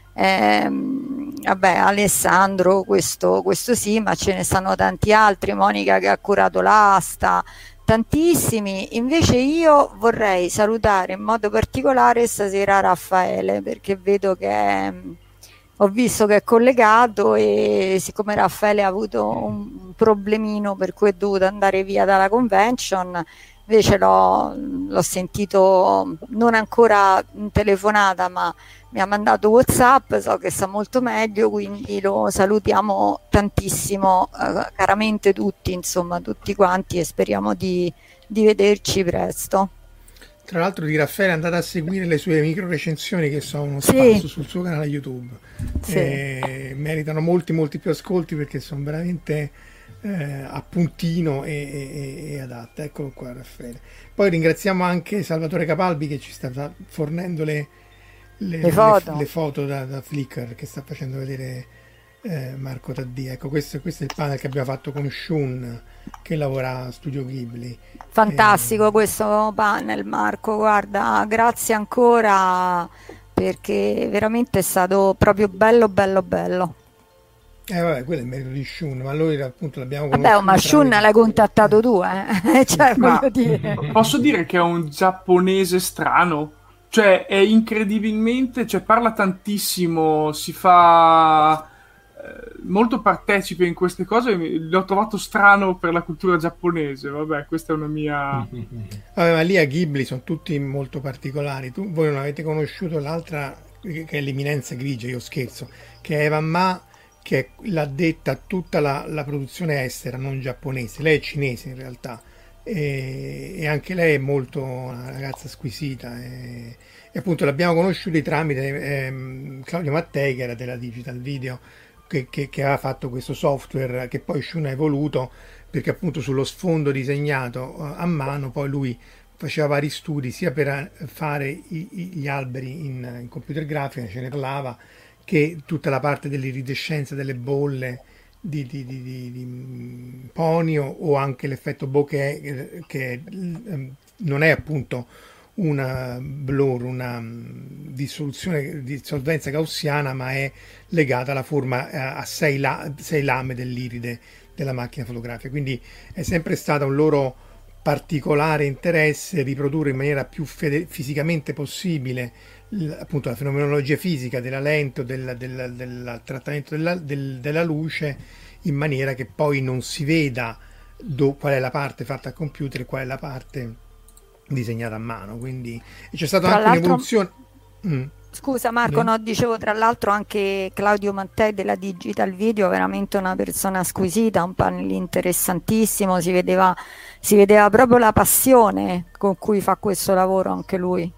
vabbè, Alessandro, questo sì, ma ce ne stanno tanti altri, Monica che ha curato l'asta, tantissimi. Invece io vorrei salutare in modo particolare stasera Raffaele, perché vedo che ho visto che è collegato, e siccome Raffaele ha avuto un problemino per cui è dovuto andare via dalla convention, invece l'ho sentito non ancora in telefonata, ma mi ha mandato WhatsApp, so che sta molto meglio, quindi lo salutiamo tantissimo, caramente tutti, insomma tutti quanti, e speriamo di vederci presto. Tra l'altro di Raffaele andate a seguire le sue micro recensioni che sono uno spazio sul suo canale YouTube. Meritano molti più ascolti perché sono veramente a puntino e adatte. Eccolo qua Raffaele. Poi ringraziamo anche Salvatore Capalbi che ci sta fornendo le foto da Flickr, che sta facendo vedere Marco Taddia. Ecco, questo è il panel che abbiamo fatto con Shun, che lavora a Studio Ghibli. Fantastico questo panel, Marco, guarda, grazie ancora, perché veramente è stato proprio bello. Vabbè, quello è il merito di Shun, ma noi appunto l'abbiamo conosciuto. Vabbè, ma Shun l'hai contattato tu, cioè, voglio dire. Posso dire che è un giapponese strano? Cioè, è incredibilmente, cioè parla tantissimo, si fa molto partecipe in queste cose. L'ho trovato strano per la cultura giapponese. Vabbè, questa è una mia... Vabbè, ma lì a Ghibli sono tutti molto particolari. Voi non avete conosciuto l'altra, che è l'eminenza grigia, io scherzo, che è Evan Ma, che l'ha detta tutta la produzione estera, non giapponese. Lei è cinese in realtà, e anche lei è molto una ragazza squisita, e appunto l'abbiamo conosciuti tramite Claudio Mattei, che era della Digital Video, che aveva fatto questo software che poi Shun ha evoluto, perché appunto sullo sfondo disegnato a mano poi lui faceva vari studi sia per fare gli alberi in computer grafica, ce ne parlava, che tutta la parte dell'iridescenza delle bolle di Ponyo, o anche l'effetto bokeh, che non è appunto una blur, una dissoluzione di solvenza gaussiana, ma è legata alla forma a sei lame dell'iride della macchina fotografica. Quindi è sempre stato un loro particolare interesse riprodurre in maniera più fisicamente possibile appunto la fenomenologia fisica della lente, del trattamento della luce, in maniera che poi non si veda qual è la parte fatta al computer e qual è la parte disegnata a mano. Quindi c'è stata anche un'evoluzione. Scusa Marco, no, dicevo tra l'altro anche Claudio Mattei della Digital Video, veramente una persona squisita, un panel interessantissimo, si vedeva proprio la passione con cui fa questo lavoro anche lui.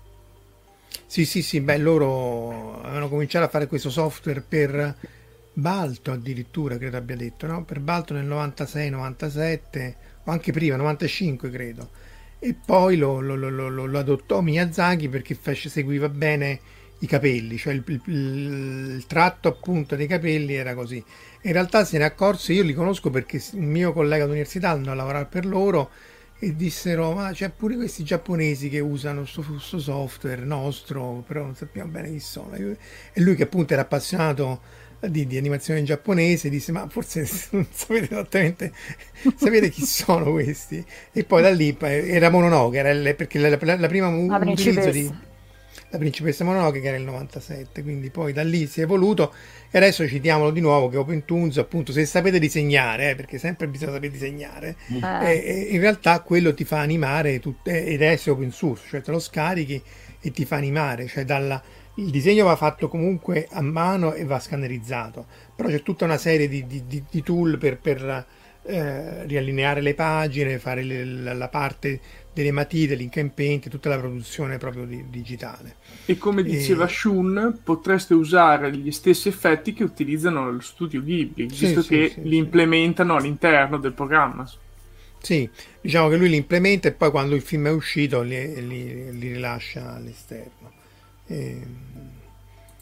Sì, beh, loro avevano cominciato a fare questo software per Balto, addirittura credo abbia detto, no? Per Balto nel 96-97 o anche prima, 95 credo, e poi lo adottò Miyazaki perché seguiva bene i capelli, cioè il tratto appunto dei capelli era così. In realtà se ne accorse, io li conosco perché un mio collega d'università andò a lavorare per loro e dissero: ma c'è pure questi giapponesi che usano questo software nostro, però non sappiamo bene chi sono. E lui, che appunto era appassionato di animazione giapponese, disse: ma forse non sapete esattamente, sapete chi sono questi? E poi da lì era Mononoke, perché la prima utilizzo di la principessa Mononoke, che era il 97, quindi poi da lì si è evoluto. E adesso citiamolo di nuovo che OpenToonz, appunto, se sapete disegnare, perché sempre bisogna sapere disegnare, in realtà quello ti fa animare ed è open source, cioè te lo scarichi e ti fa animare, cioè il disegno va fatto comunque a mano e va scannerizzato, però c'è tutta una serie di tool per riallineare le pagine, fare la parte delle matite, l'ink and paint, tutta la produzione proprio digitale. E come diceva Shun, potreste usare gli stessi effetti che utilizzano lo studio Ghibli, visto che li implementano all'interno del programma. Sì, diciamo che lui li implementa e poi quando il film è uscito li rilascia all'esterno.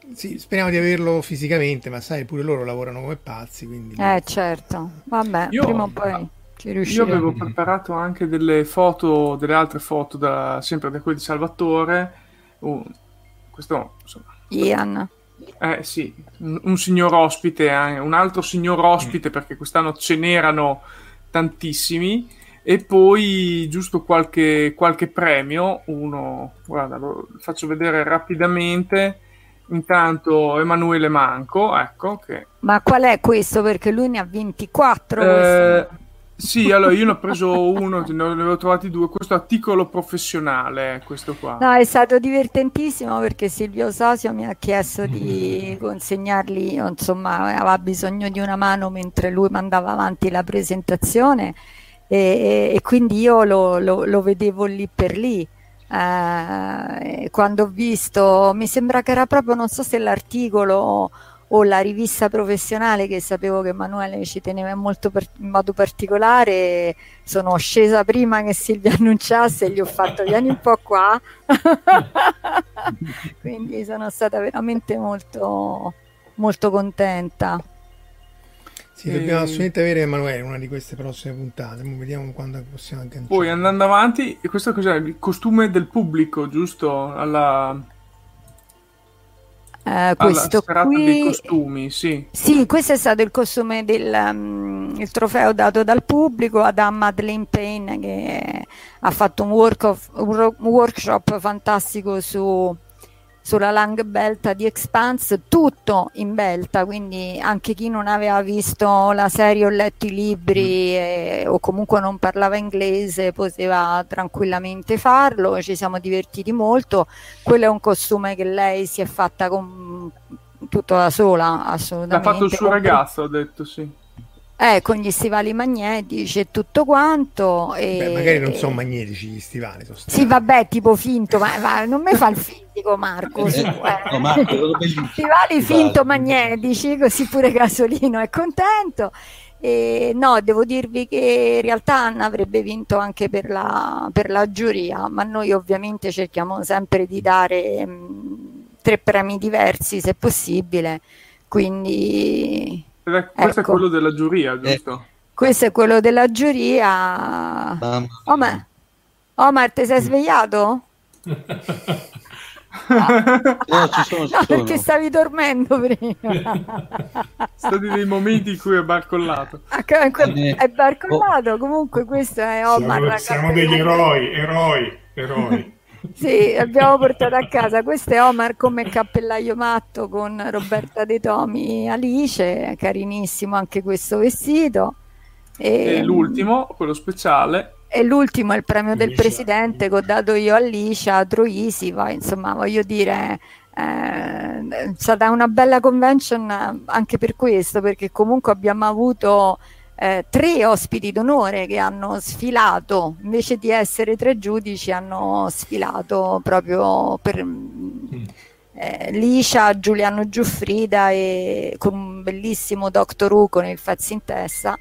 Sì, speriamo di averlo fisicamente, ma sai, pure loro lavorano come pazzi, quindi... Certo, vabbè, prima o poi ci Io riusciremo. avevo preparato anche delle altre foto, sempre da quelli di Salvatore. Questo, insomma... Ian. Sì, un signor ospite, un altro signor ospite, perché quest'anno ce n'erano tantissimi, e poi giusto qualche premio. Uno, guarda, lo faccio vedere rapidamente. Intanto Emanuele Manco, ecco che... Ma qual è questo? Perché lui ne ha 24. Sì, allora io ne ho preso uno, ne avevo trovati due. Questo articolo professionale, questo qua. No, è stato divertentissimo perché Silvio Sosio mi ha chiesto di consegnarli, insomma, aveva bisogno di una mano mentre lui mandava avanti la presentazione e quindi io lo vedevo lì per lì. Quando ho visto, mi sembra che era proprio, non so se l'articolo o la rivista professionale, che sapevo che Emanuele ci teneva molto in modo particolare, sono scesa prima che Silvia annunciasse e gli ho fatto vieni un po' qua. Quindi sono stata veramente molto, molto contenta. Sì, dobbiamo assolutamente avere Emanuele in una di queste prossime puntate. Vediamo quando possiamo agganciare. Poi andando avanti, e questo cos'è? Il costume del pubblico, giusto? Alla questo serata qui dei costumi, sì. Sì, questo è stato il costume il trofeo dato dal pubblico ad Madeleine Payne, che ha fatto un workshop fantastico sulla Langbelta di Expanse, tutto in belta, quindi anche chi non aveva visto la serie o letto i libri o comunque non parlava inglese poteva tranquillamente farlo. Ci siamo divertiti molto. Quello è un costume che lei si è fatta tutto da sola, assolutamente. L'ha fatto il suo ragazzo, ha detto, sì. Con gli stivali magnetici e tutto quanto. Beh, magari non sono magnetici gli stivali. Sì, vabbè, tipo finto, ma non mi fa il fisico, Marco. Stivali finto magnetici, così pure Casolino è contento. No, devo dirvi che in realtà Anna avrebbe vinto anche per la giuria, ma noi ovviamente cerchiamo sempre di dare 3 premi diversi se possibile, quindi... Questo è quello della giuria, giusto? Questo è quello della giuria. Omar, ti sei svegliato? No, ci sono. Perché stavi dormendo prima. Stati dei momenti in cui è barcollato. È barcollato, comunque questo è Omar. Siamo degli eroi. Sì, abbiamo portato a casa. Questo è Omar come cappellaio matto con Roberta De Tomi Alice, carinissimo anche questo vestito. E l'ultimo, quello speciale. E l'ultimo è il premio del presidente che ho dato io a Licia Troisiva. Insomma, voglio dire, è stata una bella convention anche per questo, perché comunque abbiamo avuto 3 ospiti d'onore che hanno sfilato, invece di essere 3 giudici hanno sfilato proprio per Licia, Giuliano Giuffrida e con un bellissimo Doctor Who con il Fazzi in testa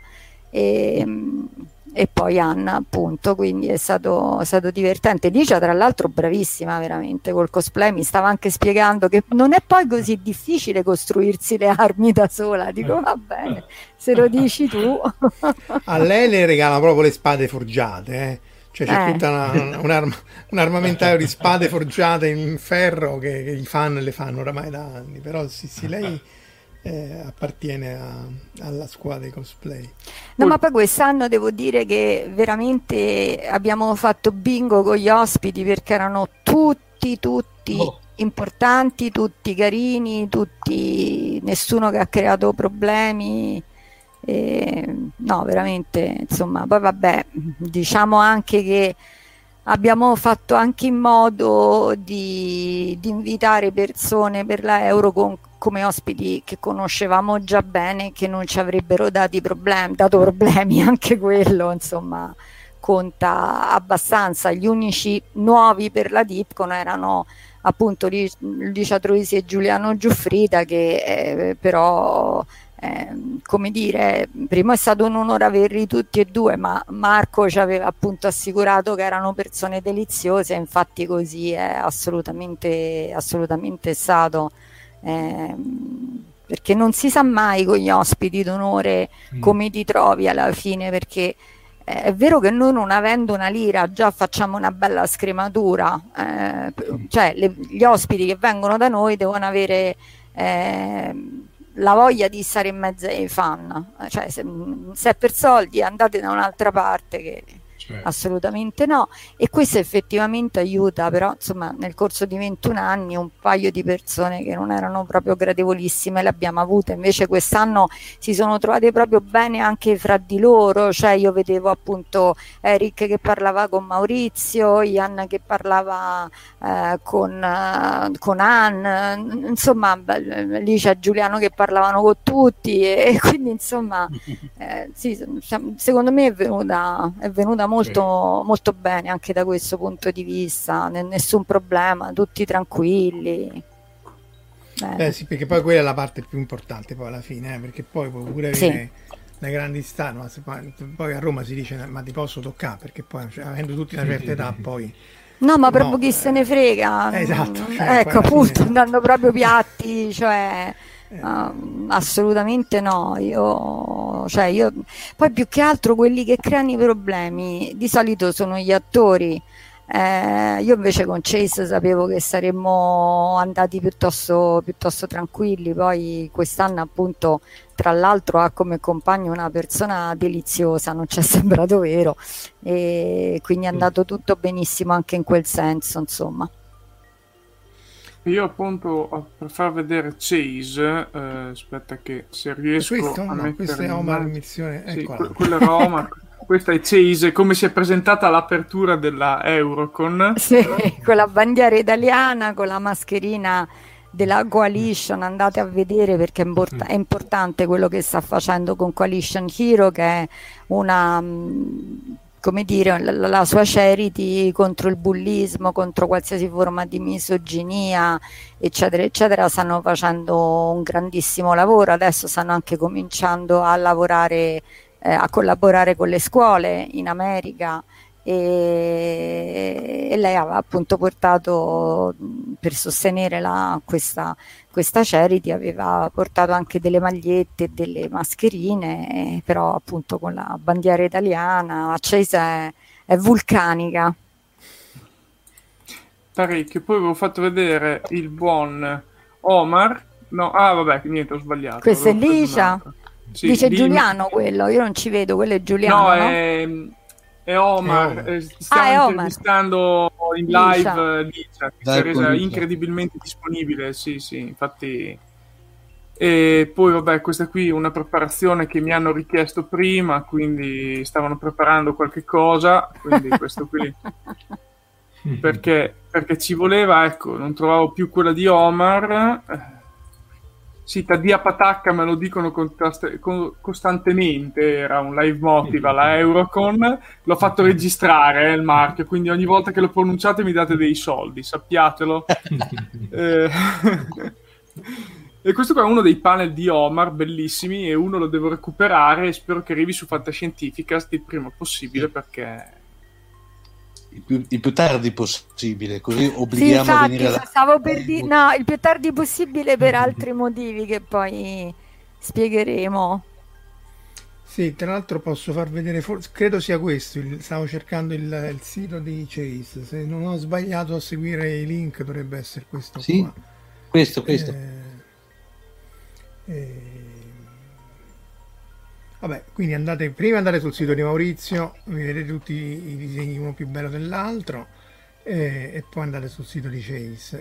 e poi Anna, appunto, quindi è stato divertente. Licia tra l'altro bravissima veramente col cosplay, mi stava anche spiegando che non è poi così difficile costruirsi le armi da sola, dico va bene, se lo dici tu. A lei le regalano proprio le spade forgiate, cioè c'è tutta un armamentario di spade forgiate in ferro che gli fanno e le fanno oramai da anni, però sì, lei appartiene alla squadra dei cosplay. No, ma poi quest'anno devo dire che veramente abbiamo fatto bingo con gli ospiti, perché erano tutti importanti, tutti carini, nessuno che ha creato problemi. No, veramente, insomma, poi vabbè, diciamo anche che abbiamo fatto anche in modo di invitare persone per la Euro come ospiti che conoscevamo già bene, che non ci avrebbero dato problemi, anche quello, insomma, conta abbastanza. Gli unici nuovi per la Dipcon erano appunto Licia Troisi e Giuliano Giuffrida, che però... come dire, prima è stato un onore averli tutti e due, ma Marco ci aveva appunto assicurato che erano persone deliziose, infatti così è assolutamente stato. perché non si sa mai con gli ospiti d'onore come ti trovi alla fine, perché è vero che noi, non avendo una lira, già facciamo una bella scrematura, cioè gli ospiti che vengono da noi devono avere la voglia di stare in mezzo ai fan, cioè se è per soldi andate da un'altra parte, che assolutamente no, e questo effettivamente aiuta. Però insomma nel corso di 21 anni un paio di persone che non erano proprio gradevolissime le abbiamo avute, invece quest'anno si sono trovate proprio bene anche fra di loro, cioè io vedevo appunto Eric che parlava con Maurizio, Ian che parlava con Anne, insomma lì c'è Giuliano che parlavano con tutti, e quindi insomma sì, secondo me è venuta molto, molto bene anche da questo punto di vista, nessun problema, tutti tranquilli. Sì, perché poi quella è la parte più importante poi alla fine, perché poi puoi pure avere le grandi star, ma poi a Roma si dice ma ti posso toccare, perché poi avendo tutti una certa età poi... No, ma proprio chi se ne frega. Esatto. Ecco, appunto, andando proprio piatti, cioè... assolutamente no, io poi più che altro quelli che creano i problemi di solito sono gli attori. Io invece con Chase sapevo che saremmo andati piuttosto tranquilli, poi quest'anno appunto tra l'altro ha come compagno una persona deliziosa, non ci è sembrato vero, e quindi è andato tutto benissimo anche in quel senso, insomma. Io appunto per far vedere Chase, aspetta che se riesco a mettere... Questa è Omar missione, eccola. Quella era Omar, questa è Chase, come si è presentata all'apertura della Eurocon. Sì, con la bandiera italiana, con la mascherina della Coalition, andate a vedere perché è importante quello che sta facendo con Coalition Hero, che è una... come dire, la sua charity contro il bullismo, contro qualsiasi forma di misoginia, eccetera, eccetera. Stanno facendo un grandissimo lavoro, adesso stanno anche cominciando a lavorare, a collaborare con le scuole in America, e lei aveva appunto portato, per sostenere questa charity, aveva portato anche delle magliette e delle mascherine, però appunto con la bandiera italiana. Accesa è vulcanica. Parecchio. Poi avevo fatto vedere il buon Omar, no, vabbè, niente, ho sbagliato. Questo è Licia? Sì, dice Giuliano quello, io non ci vedo, quello è Giuliano, no? È Omar, stiamo intervistando in live Licia, che si è resa incredibilmente disponibile, sì, infatti. E poi vabbè, questa qui è una preparazione che mi hanno richiesto prima, quindi stavano preparando qualche cosa, quindi questo qui perché ci voleva, ecco, non trovavo più quella di Omar. Sì, Tadia Patacca me lo dicono costantemente, era un live motive alla Eurocon, l'ho fatto registrare il marchio, quindi ogni volta che lo pronunciate mi date dei soldi, sappiatelo. E questo qua è uno dei panel di Omar, bellissimi, e uno lo devo recuperare e spero che arrivi su Fantascientificast il prima possibile, perché... Il più tardi possibile, così obblighiamo a venire alla... stavo per dire, no, il più tardi possibile per altri motivi che poi spiegheremo. Sì, tra l'altro posso far vedere, credo sia questo, stavo cercando il sito di Chase, se non ho sbagliato a seguire i link dovrebbe essere questo qua. Questo. Vabbè, quindi prima andate sul sito di Maurizio, vedete tutti i disegni uno più bello dell'altro, e poi andate sul sito di Chase.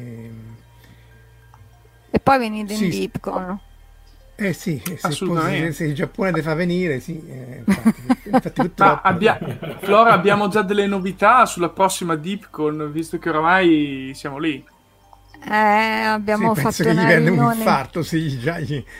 E poi venite in Dipcon. Sì, se il Giappone ti fa venire, sì. Infatti Flora, abbiamo già delle novità sulla prossima Dipcon, visto che oramai siamo lì. Abbiamo fatto una riunione. Un infarto, sì, già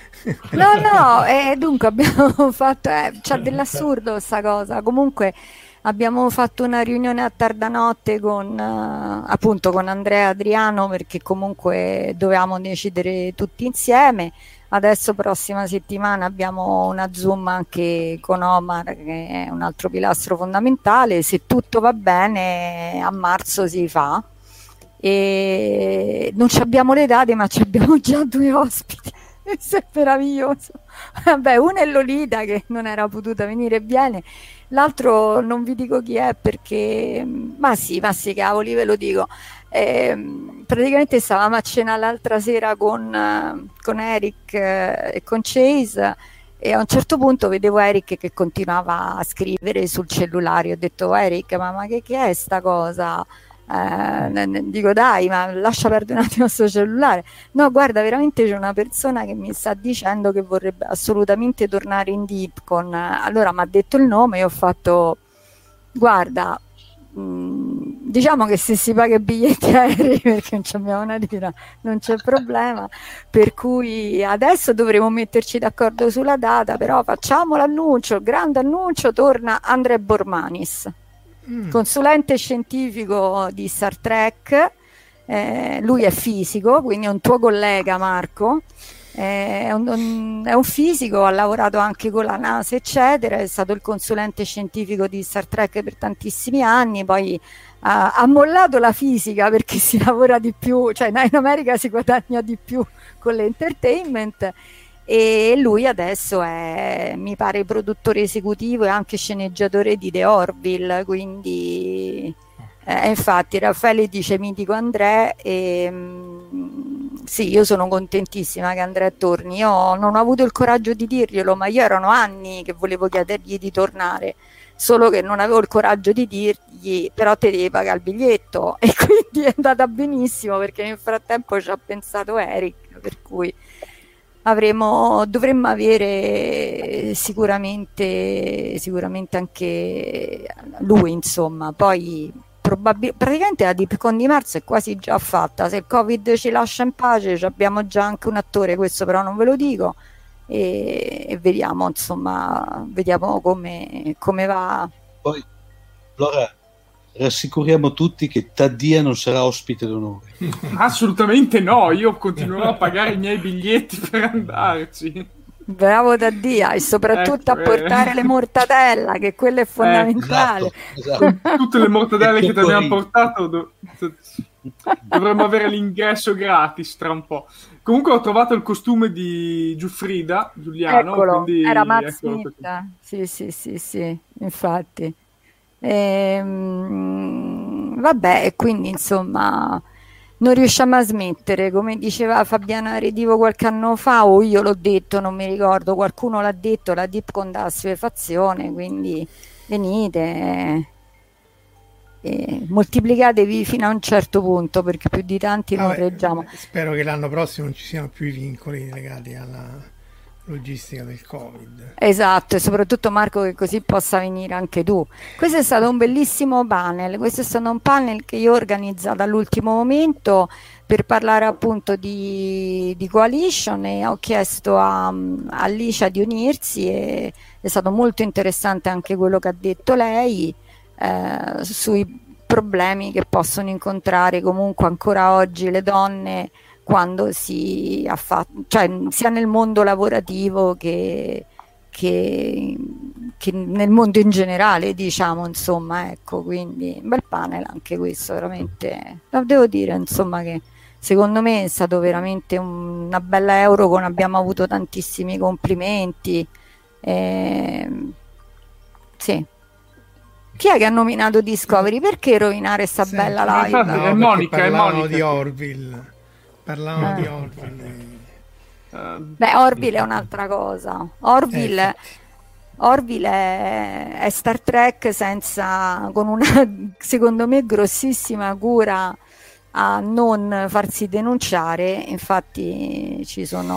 dunque abbiamo fatto, c'è dell'assurdo sta cosa. Comunque abbiamo fatto una riunione a tarda notte con Andrea Adriano, perché comunque dovevamo decidere tutti insieme. Adesso prossima settimana abbiamo una Zoom anche con Omar, che è un altro pilastro fondamentale. Se tutto va bene a marzo si fa. e non ci abbiamo le date, ma ci abbiamo già 2 ospiti. Questo è meraviglioso. Vabbè, uno è Lolita che non era potuta venire, viene. L'altro non vi dico chi è perché, ma sì cavoli, ve lo dico. Praticamente stavamo a cena l'altra sera con Eric e con Chase, e a un certo punto vedevo Eric che continuava a scrivere sul cellulare. Ho detto: Eric, ma che è sta cosa? Dico: dai, ma lascia perdere un attimo sto cellulare. No, guarda, veramente c'è una persona che mi sta dicendo che vorrebbe assolutamente tornare in Dipcon. Allora mi ha detto il nome e ho fatto: guarda, diciamo che se si paga i biglietti aerei, perché non abbiamo una lira, non c'è problema, per cui adesso dovremo metterci d'accordo sulla data, però facciamo l'annuncio, il grande annuncio: torna Andrea Bormanis, consulente scientifico di Star Trek. Lui è fisico, quindi è un tuo collega, Marco. È un fisico, ha lavorato anche con la NASA, eccetera, è stato il consulente scientifico di Star Trek per tantissimi anni, poi ha mollato la fisica perché si lavora di più, cioè in America si guadagna di più con l'entertainment, e lui adesso è, mi pare, produttore esecutivo e anche sceneggiatore di The Orville, quindi infatti Raffaele dice mitico Andrea, e sì, io sono contentissima che Andrea torni. Io non ho avuto il coraggio di dirglielo, ma io erano anni che volevo chiedergli di tornare, solo che non avevo il coraggio di dirgli: però te devi pagare il biglietto, e quindi è andata benissimo perché nel frattempo ci ha pensato Eric, per cui dovremmo avere sicuramente anche lui, insomma. Poi praticamente la Dipcon di marzo è quasi già fatta, se il Covid ci lascia in pace abbiamo già anche un attore, questo però non ve lo dico, e vediamo, insomma, vediamo come va. Poi allora rassicuriamo tutti che Taddia non sarà ospite d'onore. Assolutamente no, io continuerò a pagare i miei biglietti per andarci. Bravo Taddia, e soprattutto a portare le mortadella, che quello è fondamentale. Esatto. Con tutte le mortadelle che ti abbiamo portato dovremmo avere l'ingresso gratis tra un po'. Comunque ho trovato il costume di Giuffrida, Giuliano. Eccolo, quindi, era Matt Smith. Sì, infatti. Vabbè, quindi insomma non riusciamo a smettere, come diceva Fabiana Redivo qualche anno fa, o io l'ho detto, non mi ricordo, qualcuno l'ha detto, la Dipcon dà assuefazione, quindi venite e moltiplicatevi fino a un certo punto, perché più di tanti non reggiamo. Spero che l'anno prossimo non ci siano più i vincoli legati alla logistica del Covid. Esatto, e soprattutto Marco, che così possa venire anche tu. Questo è stato un bellissimo panel, questo è stato un panel che io ho organizzato all'ultimo momento per parlare appunto di Coalition, e ho chiesto a Alicia di unirsi, e è stato molto interessante anche quello che ha detto lei sui problemi che possono incontrare comunque ancora oggi le donne quando si cioè sia nel mondo lavorativo che nel mondo in generale, diciamo, insomma, ecco. Quindi un bel panel anche questo, veramente, devo dire, insomma, che secondo me è stato veramente una bella Eurocon, abbiamo avuto tantissimi complimenti, sì. Chi è che ha nominato Discovery? Perché rovinare sta bella live? È Monica, parlavano di Orville. Parlavano di Orville. Beh, Orville è un'altra cosa. Orville è Star Trek con una, secondo me, grossissima cura a non farsi denunciare. Infatti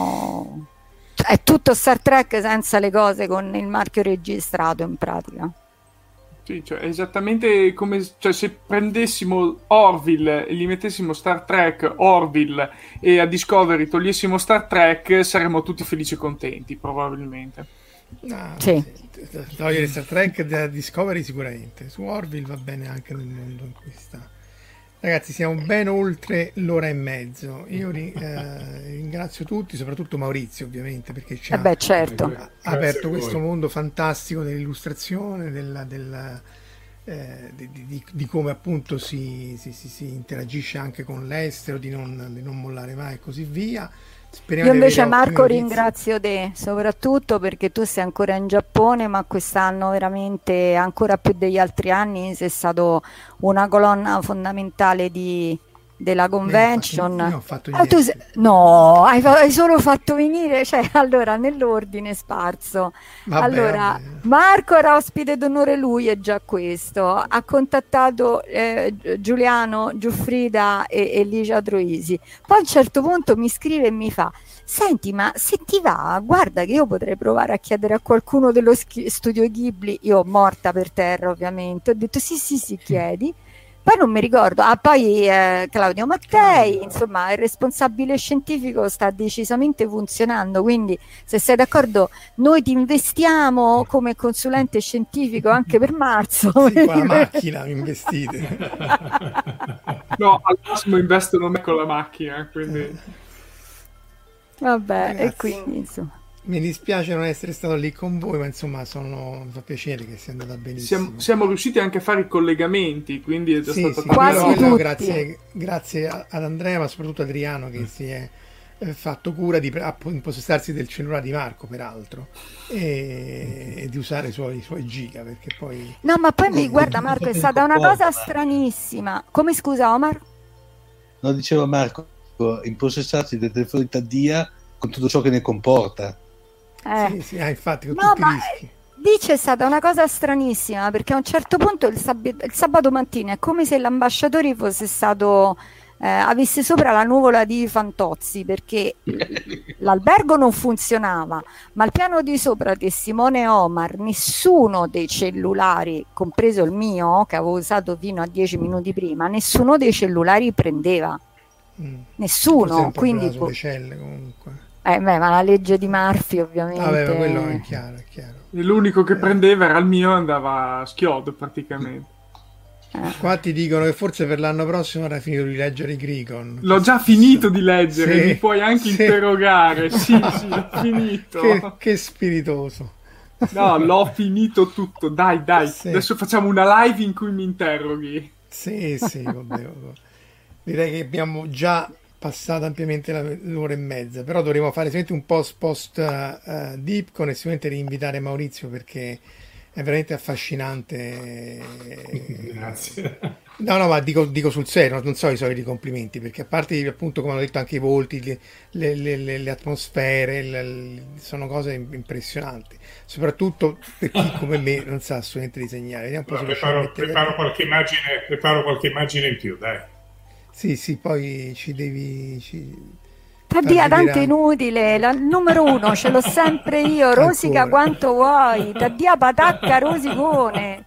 è tutto Star Trek senza le cose con il marchio registrato, in pratica. Sì, cioè esattamente come, cioè, se prendessimo Orville e gli mettessimo Star Trek Orville e a Discovery togliessimo Star Trek, saremmo tutti felici e contenti, probabilmente. No, sì. Togliere Star Trek da Discovery sicuramente. Su Orville va bene anche nel mondo in cui sta. Ragazzi, siamo ben oltre l'ora e mezzo. Io ringrazio tutti, soprattutto Maurizio, ovviamente, perché ci ha aperto questo mondo fantastico dell'illustrazione, di come appunto si interagisce anche con l'estero, di non mollare mai e così via. Speriamo Io invece di avere Marco ottime notizie. ringrazio te, soprattutto perché tu sei ancora in Giappone, ma quest'anno veramente ancora più degli altri anni sei stato una colonna fondamentale della convention. Io ho fatto Ah, niente. no, hai solo fatto venire, cioè allora nell'ordine sparso. Vabbè, Allora, vabbè. Marco era ospite d'onore, lui è già questo. Ha contattato Giuliano, Giuffrida e Licia Troisi. Poi a un certo punto mi scrive e mi fa: Senti, ma se ti va, guarda che io potrei provare a chiedere a qualcuno dello studio Ghibli. Io morta per terra, ovviamente. Ho detto sì, chiedi. Poi non mi ricordo, poi Claudio Mattei, insomma il responsabile scientifico sta decisamente funzionando, quindi se sei d'accordo noi ti investiamo come consulente scientifico anche per marzo. Sì, con la macchina mi investite. No, al massimo investono me con la macchina, quindi... Vabbè, Ragazzi, e quindi insomma... Mi dispiace non essere stato lì con voi, ma insomma mi fa piacere che sia andata benissimo. Siamo riusciti anche a fare i collegamenti, quindi è già Sì, stata sì, Quasi quello tutti. grazie ad Andrea, ma soprattutto ad Adriano che si è fatto cura di impossessarsi del cellulare di Marco, peraltro, e di usare i suoi giga, perché poi... No, ma poi guarda Marco, è stata una cosa stranissima. Come scusa Omar? No, diceva Marco, impossessarsi del telefono di Taddia con tutto ciò che ne comporta. Sì, infatti, con No, tutti i ma rischi. dice è stata una cosa stranissima perché a un certo punto il sabato mattina è come se l'ambasciatore fosse stato avesse sopra la nuvola di Fantozzi, perché l'albergo non funzionava, ma al piano di sopra di Simone e Omar nessuno dei cellulari, compreso il mio che avevo usato fino a 10 minuti prima, nessuno dei cellulari prendeva. Forse è Nessuno, un quindi problema sulle celle, comunque. ma la legge di Murphy ovviamente. Vabbè, ma quello è chiaro, è chiaro. L'unico che prendeva era il mio, andava a schiodo praticamente. Qua ti dicono che forse per l'anno prossimo avrai finito di leggere i Gricon. L'ho già finito di leggere, Sì, mi puoi anche sì. interrogare. Sì, l'ho finito. Che spiritoso. No, l'ho finito tutto. Dai. Sì. Adesso facciamo una live in cui mi interroghi. Sì, vabbè. Direi che abbiamo già passato ampiamente l'ora e mezza, però dovremo fare sicuramente un post Deepcon e sicuramente rinvitare Maurizio perché è veramente affascinante. Grazie. No, ma dico sul serio, non so i soliti complimenti, perché a parte appunto come hanno detto anche i volti, le atmosfere, sono cose impressionanti, soprattutto per chi come me non sa assolutamente disegnare. Vediamo un po' se riusciamo a mettere... preparo qualche immagine in più, dai. Sì, poi ci devi... Taddia, tanto inutile, il numero uno ce l'ho sempre io, rosica Ancora. quanto vuoi, Taddia patacca rosicone.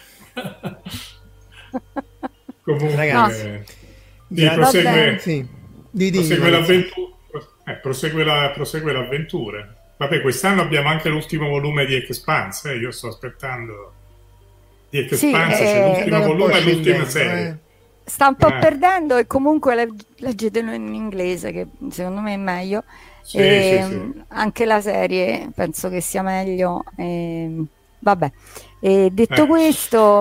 Comunque, Ragazzi, prosegue, sì. prosegue l'avventura. Prosegue l'avventura. Vabbè, quest'anno abbiamo anche l'ultimo volume di Expanse. Io sto aspettando di Expanse, c'è l'ultimo volume e l'ultima serie. Sta un po' perdendo e comunque leggetelo in inglese che secondo me è meglio. Sì. Anche la serie penso che sia meglio. Vabbè, detto questo,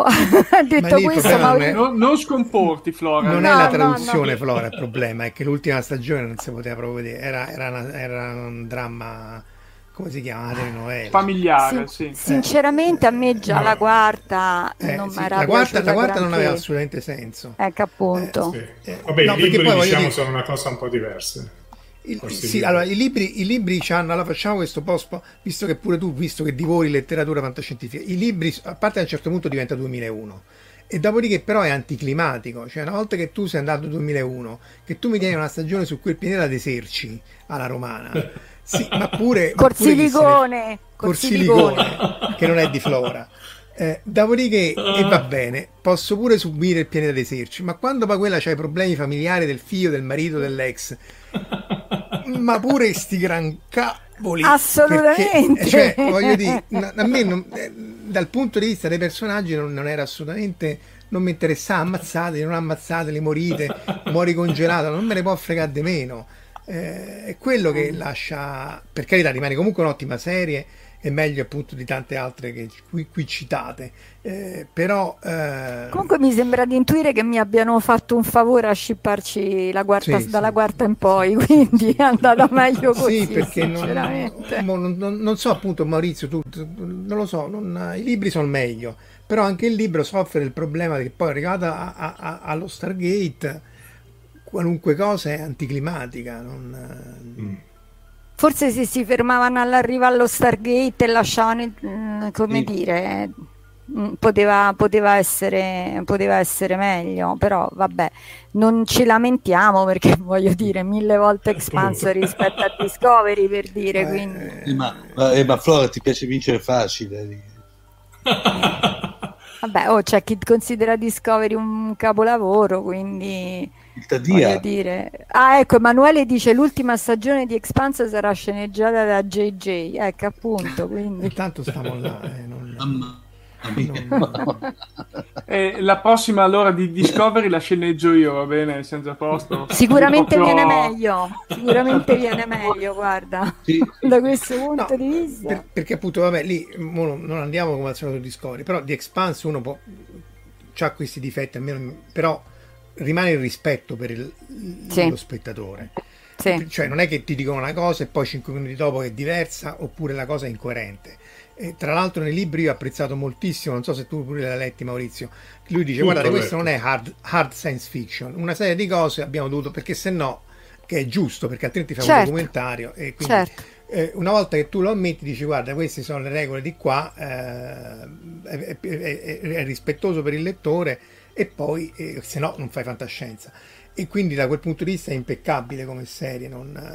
non scomporti Flora. Non è la traduzione, Flora, il problema è che l'ultima stagione non si poteva proprio vedere, era un dramma, come si chiama, una telenovela familiare, sì. Sinceramente a me già la quarta non mi era piaciuta. La quarta non aveva assolutamente senso. Ecco appunto. Vabbè, i libri diciamo sono una cosa un po' diversa. Allora i libri c'hanno, allora facciamo questo post, visto che pure tu, visto che divori letteratura fantascientifica, i libri a parte a un certo punto diventa 2001 e dopodiché però è anticlimatico, cioè una volta che tu sei andato nel 2001 che tu mi tieni una stagione su quel pianeta dei Serci alla romana, sì, ma pure Corsiligone che non è di Flora. Dopodiché, e va bene, posso pure subire il pianeta dei Serci, ma quando poi quella c'ha i problemi familiari del figlio, del marito, dell'ex, ma pure sti gran cavoli, assolutamente, perché, cioè, voglio dire, a me dal punto di vista dei personaggi non era assolutamente, non mi interessava, ammazzateli, non ammazzateli, morite, muori congelato, non me ne può fregare di meno. È quello che lascia, per carità, rimane comunque un'ottima serie è meglio appunto di tante altre che qui citate, però comunque mi sembra di intuire che mi abbiano fatto un favore a shipparci la quarta, dalla quarta in poi, quindi è andata meglio così. Sì, perché sinceramente. non so appunto, Maurizio, tu non lo so, i libri sono meglio, però anche il libro soffre del problema che poi arrivato allo Stargate qualunque cosa è anticlimatica. Forse se si fermavano all'arrivo allo Stargate e lasciavano, dire, poteva essere meglio, però vabbè, non ci lamentiamo perché voglio dire 1000 volte Expanse rispetto a Discovery, per dire, quindi. Ma Flora, ti piace vincere facile? Vabbè, c'è chi considera Discovery un capolavoro, quindi voglio dire. Ecco, Emanuele dice l'ultima stagione di Expanse sarà sceneggiata da JJ, ecco appunto, quindi. Intanto stiamo là, la prossima allora di Discovery la sceneggio io, va bene, siamo già a posto. Sicuramente viene meglio, guarda, da questo punto di vista. Perché appunto, vabbè, lì non andiamo come al solito su Discovery, però di Expanse uno c'ha questi difetti, almeno, però rimane il rispetto per lo spettatore. Sì. Cioè non è che ti dicono una cosa e poi 5 minuti dopo è diversa, oppure la cosa è incoerente. Tra l'altro nei libri io ho apprezzato moltissimo, non so se tu pure l'hai letti, Maurizio, lui dice guardate, questo non è hard science fiction, una serie di cose abbiamo dovuto, perché se no, che è giusto, perché altrimenti fa un documentario, e quindi una volta che tu lo ammetti dici guarda, queste sono le regole di qua, è rispettoso per il lettore, e poi se no non fai fantascienza. E quindi da quel punto di vista è impeccabile come serie,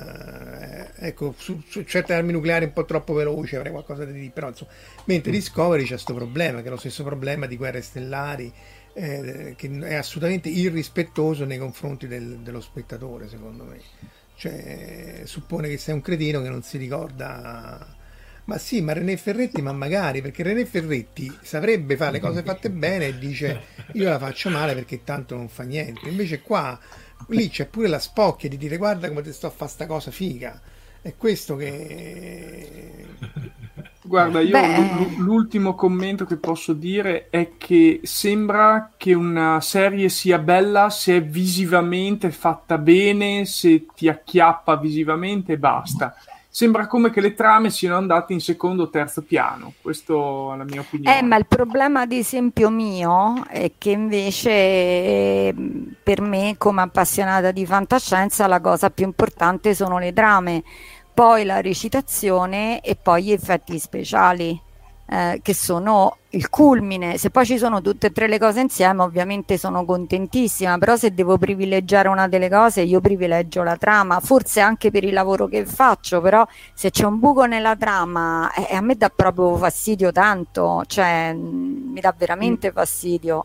ecco, su certe armi nucleari un po' troppo veloci avrei qualcosa da dire, però insomma, mentre Discovery c'è questo problema, che è lo stesso problema di Guerre Stellari, che è assolutamente irrispettoso nei confronti dello spettatore, secondo me. Cioè, suppone che sei un cretino che non si ricorda. Ma sì, ma René Ferretti, ma magari, perché René Ferretti saprebbe fare le cose fatte bene e dice io la faccio male perché tanto non fa niente. Invece lì c'è pure la spocchia di dire guarda come ti sto a fare sta cosa figa. È questo che... Guarda, io l'ultimo commento che posso dire è che sembra che una serie sia bella se è visivamente fatta bene, se ti acchiappa visivamente e basta. Sembra come che le trame siano andate in secondo o terzo piano, questo è la mia opinione. Ma il problema, ad esempio, mio è che invece per me, come appassionata di fantascienza, la cosa più importante sono le trame, poi la recitazione e poi gli effetti speciali, che sono il culmine. Se poi ci sono tutte e tre le cose insieme, ovviamente sono contentissima, però se devo privilegiare una delle cose, io privilegio la trama, forse anche per il lavoro che faccio, però se c'è un buco nella trama, a me dà proprio fastidio tanto, cioè mi dà veramente fastidio,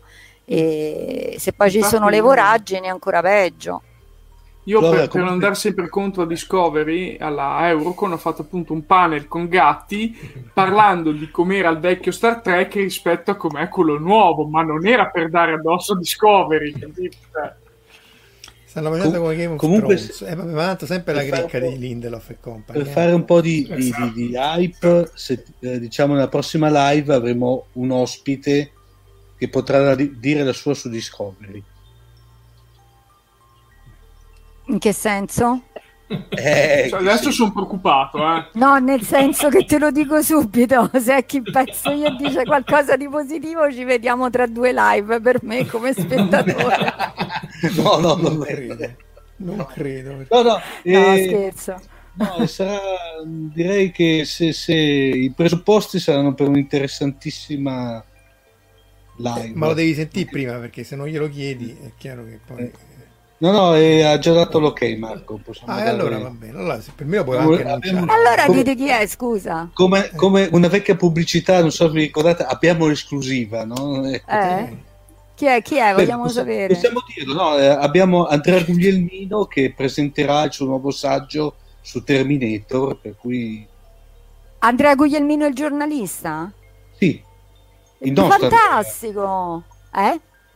e se poi ci sono le voragini è ancora peggio. Io per non andare sempre contro a Discovery, alla Eurocon, ho fatto appunto un panel con Gatti parlando di com'era il vecchio Star Trek rispetto a com'è quello nuovo, ma non era per dare addosso a Discovery, capito? Stanno facendo come Game of Thrones, ma sempre la cricca di Lindelof e compagni. Per fare un po' di hype, diciamo nella prossima live avremo un ospite che potrà dire la sua su Discovery. In che senso? Adesso sono preoccupato. No, nel senso che te lo dico subito, se è chi penso io e dice qualcosa di positivo ci vediamo tra 2 live, per me come spettatore. No, non credo. Non credo. No, scherzo. No, direi che se i presupposti saranno per un'interessantissima live. Ma lo devi sentire prima, perché se non glielo chiedi è chiaro che poi... No, ha già dato l'ok, Marco. Allora va bene. Allora, per me lo puoi anche annunciare. Allora dite chi è, scusa. Come una vecchia pubblicità, non so se vi ricordate, abbiamo l'esclusiva, no? Chi è? Vogliamo sapere. Possiamo dirlo, no? Abbiamo Andrea Guglielmino che presenterà il suo nuovo saggio su Terminator, per cui... Andrea Guglielmino è il giornalista? Sì. Fantastico!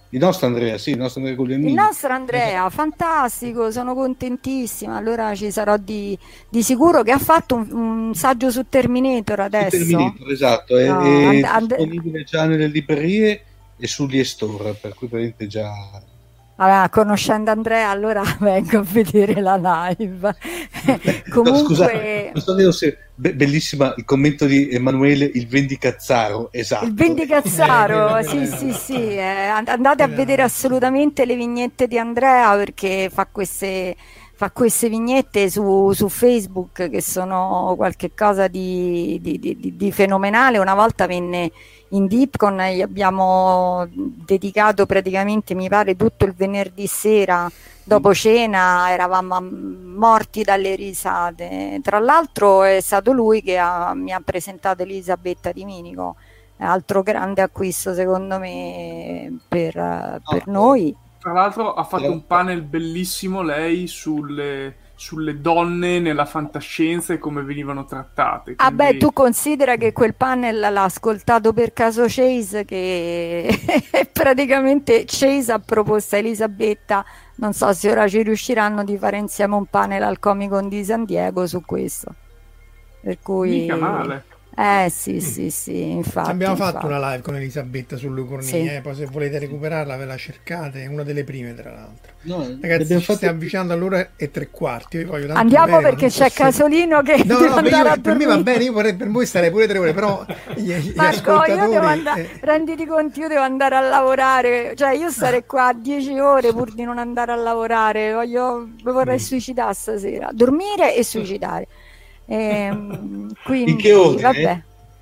Il nostro Andrea Guglielmini. Il nostro Andrea, fantastico, sono contentissima. Allora ci sarò di sicuro, che ha fatto un saggio su Terminator adesso. Terminator, esatto, è disponibile già nelle librerie e sugli store, per cui praticamente già... Allora, conoscendo Andrea, allora vengo a vedere la live. Comunque... Scusate, non so dire se... bellissima il commento di Emanuele, il Vendicazzaro, esatto. Il Vendicazzaro, sì. Andate a vedere assolutamente le vignette di Andrea, perché fa queste vignette su Facebook che sono qualche cosa di fenomenale. Una volta venne in Dipcon, gli abbiamo dedicato praticamente, mi pare, tutto il venerdì sera dopo cena, eravamo morti dalle risate. Tra l'altro è stato lui che mi ha presentato Elisabetta Di Minico, altro grande acquisto secondo me per noi. Tra l'altro ha fatto un panel bellissimo lei sulle donne nella fantascienza e come venivano trattate. Quindi... beh, tu considera che quel panel l'ha ascoltato per caso Chase, che praticamente Chase ha proposto a Elisabetta, non so se ora ci riusciranno, di fare insieme un panel al Comic Con di San Diego su questo. Per cui... Mica male. Sì, infatti. Abbiamo fatto una live con Elisabetta su Lucorni, sì. Poi se volete recuperarla ve la cercate, è una delle prime tra l'altro. No, ragazzi, ci stiamo avvicinando all'1:03. Io voglio tanto andiamo bene, perché c'è Casolino che deve andare a dormire. Per me va bene, io per voi starei pure 3 ore, però Marco, io devo andare, renditi conto, io devo andare a lavorare, cioè io starei qua 10 ore pur di non andare a lavorare. Vorrei suicidare stasera, dormire e suicidare. Quindi, in che ordine?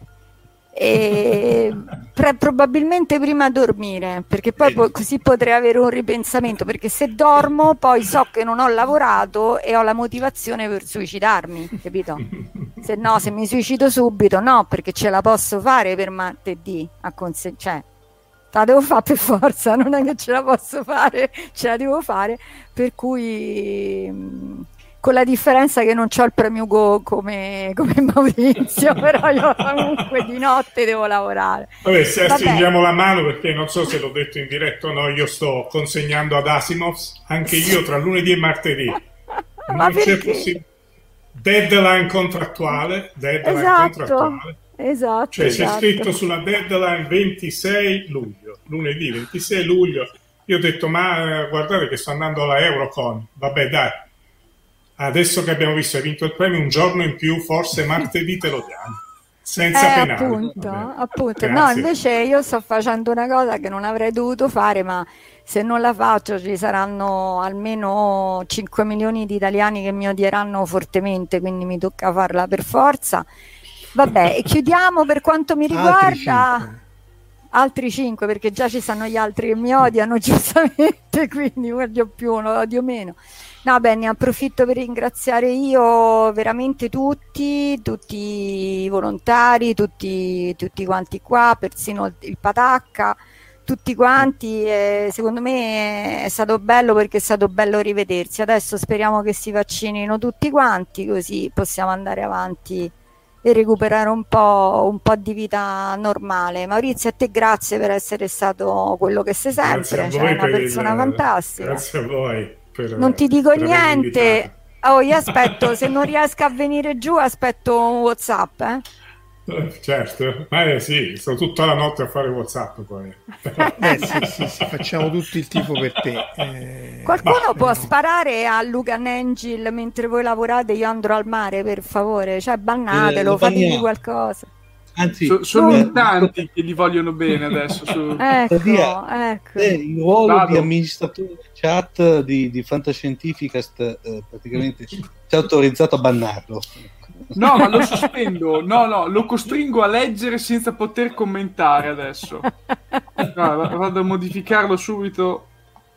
Vabbè, probabilmente prima dormire, perché poi così potrei avere un ripensamento, perché se dormo poi so che non ho lavorato e ho la motivazione per suicidarmi, capito? Se mi suicido subito, no, perché ce la posso fare per martedì, cioè la devo fare per forza, non è che ce la posso fare, ce la devo fare, per cui... con la differenza che non c'ho il premio Go come Maurizio, però io comunque di notte devo lavorare. Vabbè, stringiamo la mano, perché non so se l'ho detto in diretta o no, io sto consegnando ad Asimovs, anche io tra lunedì e martedì. Ma c'è possibile. Deadline contrattuale. Esatto. Cioè c'è scritto sulla deadline 26 luglio, lunedì 26 luglio. Io ho detto, ma guardate che sto andando alla Eurocon, vabbè dai. Adesso che abbiamo visto, hai vinto il premio, un giorno in più, forse martedì te lo diamo, senza penale. Appunto. No, invece io sto facendo una cosa che non avrei dovuto fare, ma se non la faccio ci saranno almeno 5 milioni di italiani che mi odieranno fortemente, quindi mi tocca farla per forza. Vabbè, e chiudiamo per quanto mi riguarda. Altri 5, perché già ci stanno gli altri che mi odiano, giustamente, quindi odio più, non odio meno. No, beh, ne approfitto per ringraziare io veramente tutti i volontari, tutti quanti qua, persino il Patacca, tutti quanti. Secondo me è stato bello, perché è stato bello rivedersi. Adesso speriamo che si vaccinino tutti quanti, così possiamo andare avanti e recuperare un po' di vita normale. Maurizio, a te grazie per essere stato quello che sei sempre, cioè una persona fantastica. Grazie a voi. Non ti dico niente. Io aspetto, se non riesco a venire giù, aspetto un WhatsApp, Certo, sì, sto tutta la notte a fare WhatsApp poi. Sì, facciamo tutto il tifo per te. Qualcuno può sparare a Lucan Angel mentre voi lavorate? Io andrò al mare, per favore, cioè bannatelo, fategli qualcosa. Anzi, sono in tanti che gli vogliono bene adesso. Ecco. Il ruolo di amministratore chat di Fantascientificast praticamente ci ha autorizzato a bannarlo. No, ma lo sospendo, lo costringo a leggere senza poter commentare adesso. Vado a modificarlo subito.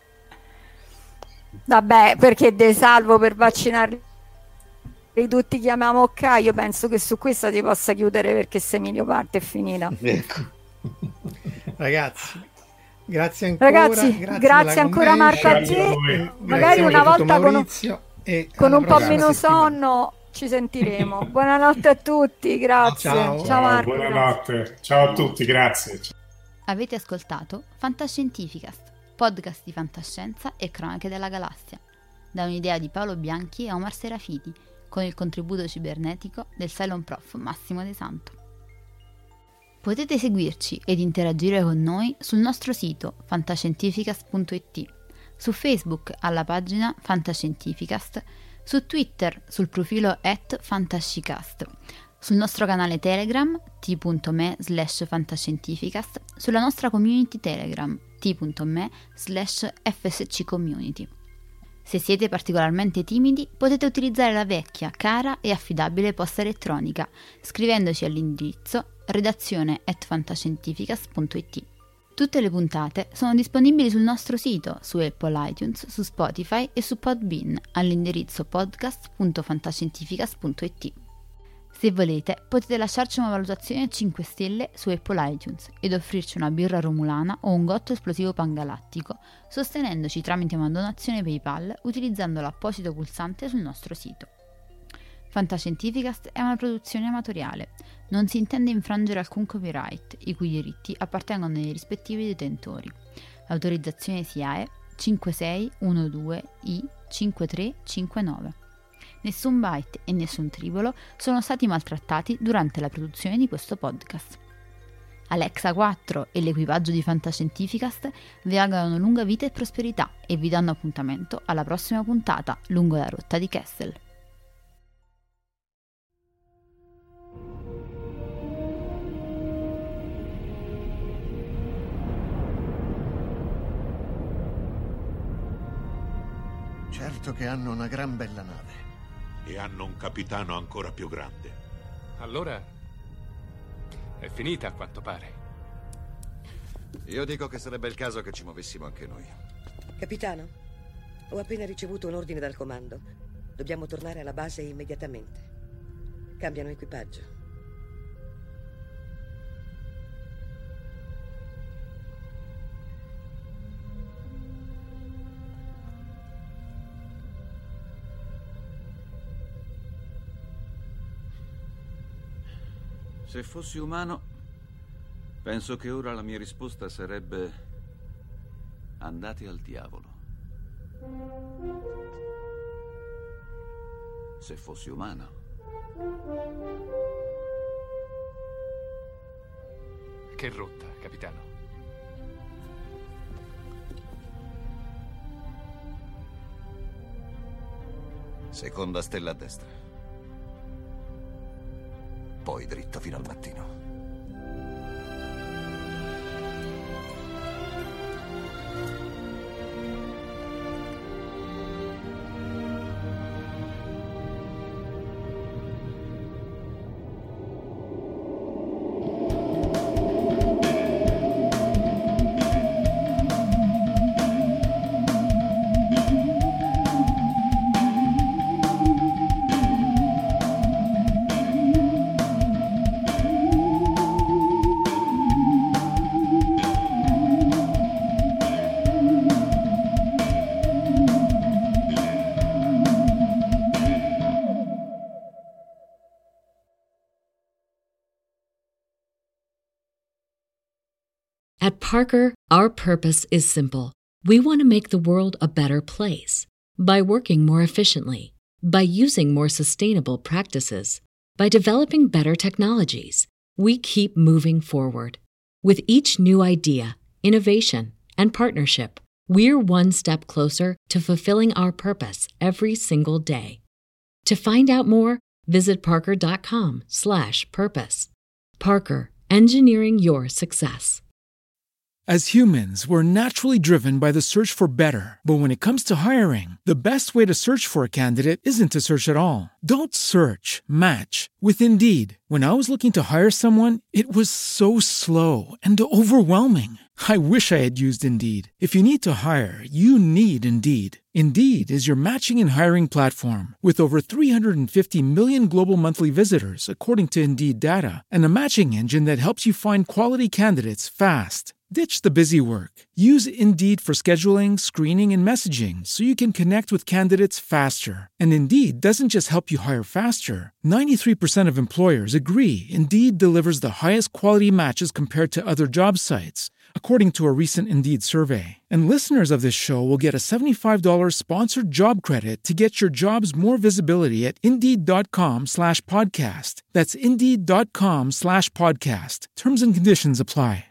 Vabbè, perché De Salvo per vaccinarli tutti chiamiamo ok, io penso che su questa si possa chiudere, perché se Emilio parte è finita. Ecco. Ragazzi, grazie ancora. Grazie ancora Marco a te. Magari una volta con un po' meno sonno ci sentiremo. Buonanotte a tutti, grazie. Ciao Marco. Buonanotte, ciao a tutti, grazie. Avete ascoltato Fantascientificast, podcast di fantascienza e cronache della galassia, da un'idea di Paolo Bianchi e Omar Serafiti, con il contributo cibernetico del Cylon Prof Massimo De Santo. Potete seguirci ed interagire con noi sul nostro sito fantascientificast.it, su Facebook alla pagina Fantascientificast, su Twitter sul profilo @fantascicast, sul nostro canale Telegram t.me/fantascientificast, sulla nostra community Telegram t.me/fsccommunity. Se siete particolarmente timidi, potete utilizzare la vecchia, cara e affidabile posta elettronica, scrivendoci all'indirizzo redazione@fantascientificast.it. Tutte le puntate sono disponibili sul nostro sito, su Apple iTunes, su Spotify e su Podbean, all'indirizzo podcast.fantascientificast.it. Se volete, potete lasciarci una valutazione a 5 stelle su Apple iTunes ed offrirci una birra romulana o un gotto esplosivo pangalattico, sostenendoci tramite una donazione PayPal utilizzando l'apposito pulsante sul nostro sito. Fantascientificast è una produzione amatoriale. Non si intende infrangere alcun copyright, i cui diritti appartengono ai rispettivi detentori. L'autorizzazione SIAE 5612I5359. Nessun byte e nessun tribolo sono stati maltrattati durante la produzione di questo podcast. Alexa 4 e l'equipaggio di Fantascientificast vi augurano lunga vita e prosperità e vi danno appuntamento alla prossima puntata lungo la rotta di Kessel. Certo che hanno una gran bella nave. E hanno un capitano ancora più grande. Allora è finita, a quanto pare. Io dico che sarebbe il caso che ci muovessimo anche noi. Capitano, ho appena ricevuto un ordine dal comando. Dobbiamo tornare alla base immediatamente. Cambiano equipaggio. Se fossi umano, penso che ora la mia risposta sarebbe: andate al diavolo. Se fossi umano. Che rotta, capitano? Seconda stella a destra. Poi dritto fino al mattino. At Parker, our purpose is simple. We want to make the world a better place by working more efficiently, by using more sustainable practices, by developing better technologies. We keep moving forward. With each new idea, innovation, and partnership, we're one step closer to fulfilling our purpose every single day. To find out more, visit parker.com/purpose. Parker, engineering your success. As humans, we're naturally driven by the search for better. But when it comes to hiring, the best way to search for a candidate isn't to search at all. Don't search, match with Indeed. When I was looking to hire someone, it was so slow and overwhelming. I wish I had used Indeed. If you need to hire, you need Indeed. Indeed is your matching and hiring platform with over 350 million global monthly visitors, according to Indeed data, and a matching engine that helps you find quality candidates fast. Ditch the busy work. Use Indeed for scheduling, screening, and messaging so you can connect with candidates faster. And Indeed doesn't just help you hire faster. 93% of employers agree Indeed delivers the highest quality matches compared to other job sites. according to a recent Indeed survey. And listeners of this show will get a $75 sponsored job credit to get your jobs more visibility at Indeed.com/podcast. That's Indeed.com/podcast. Terms and conditions apply.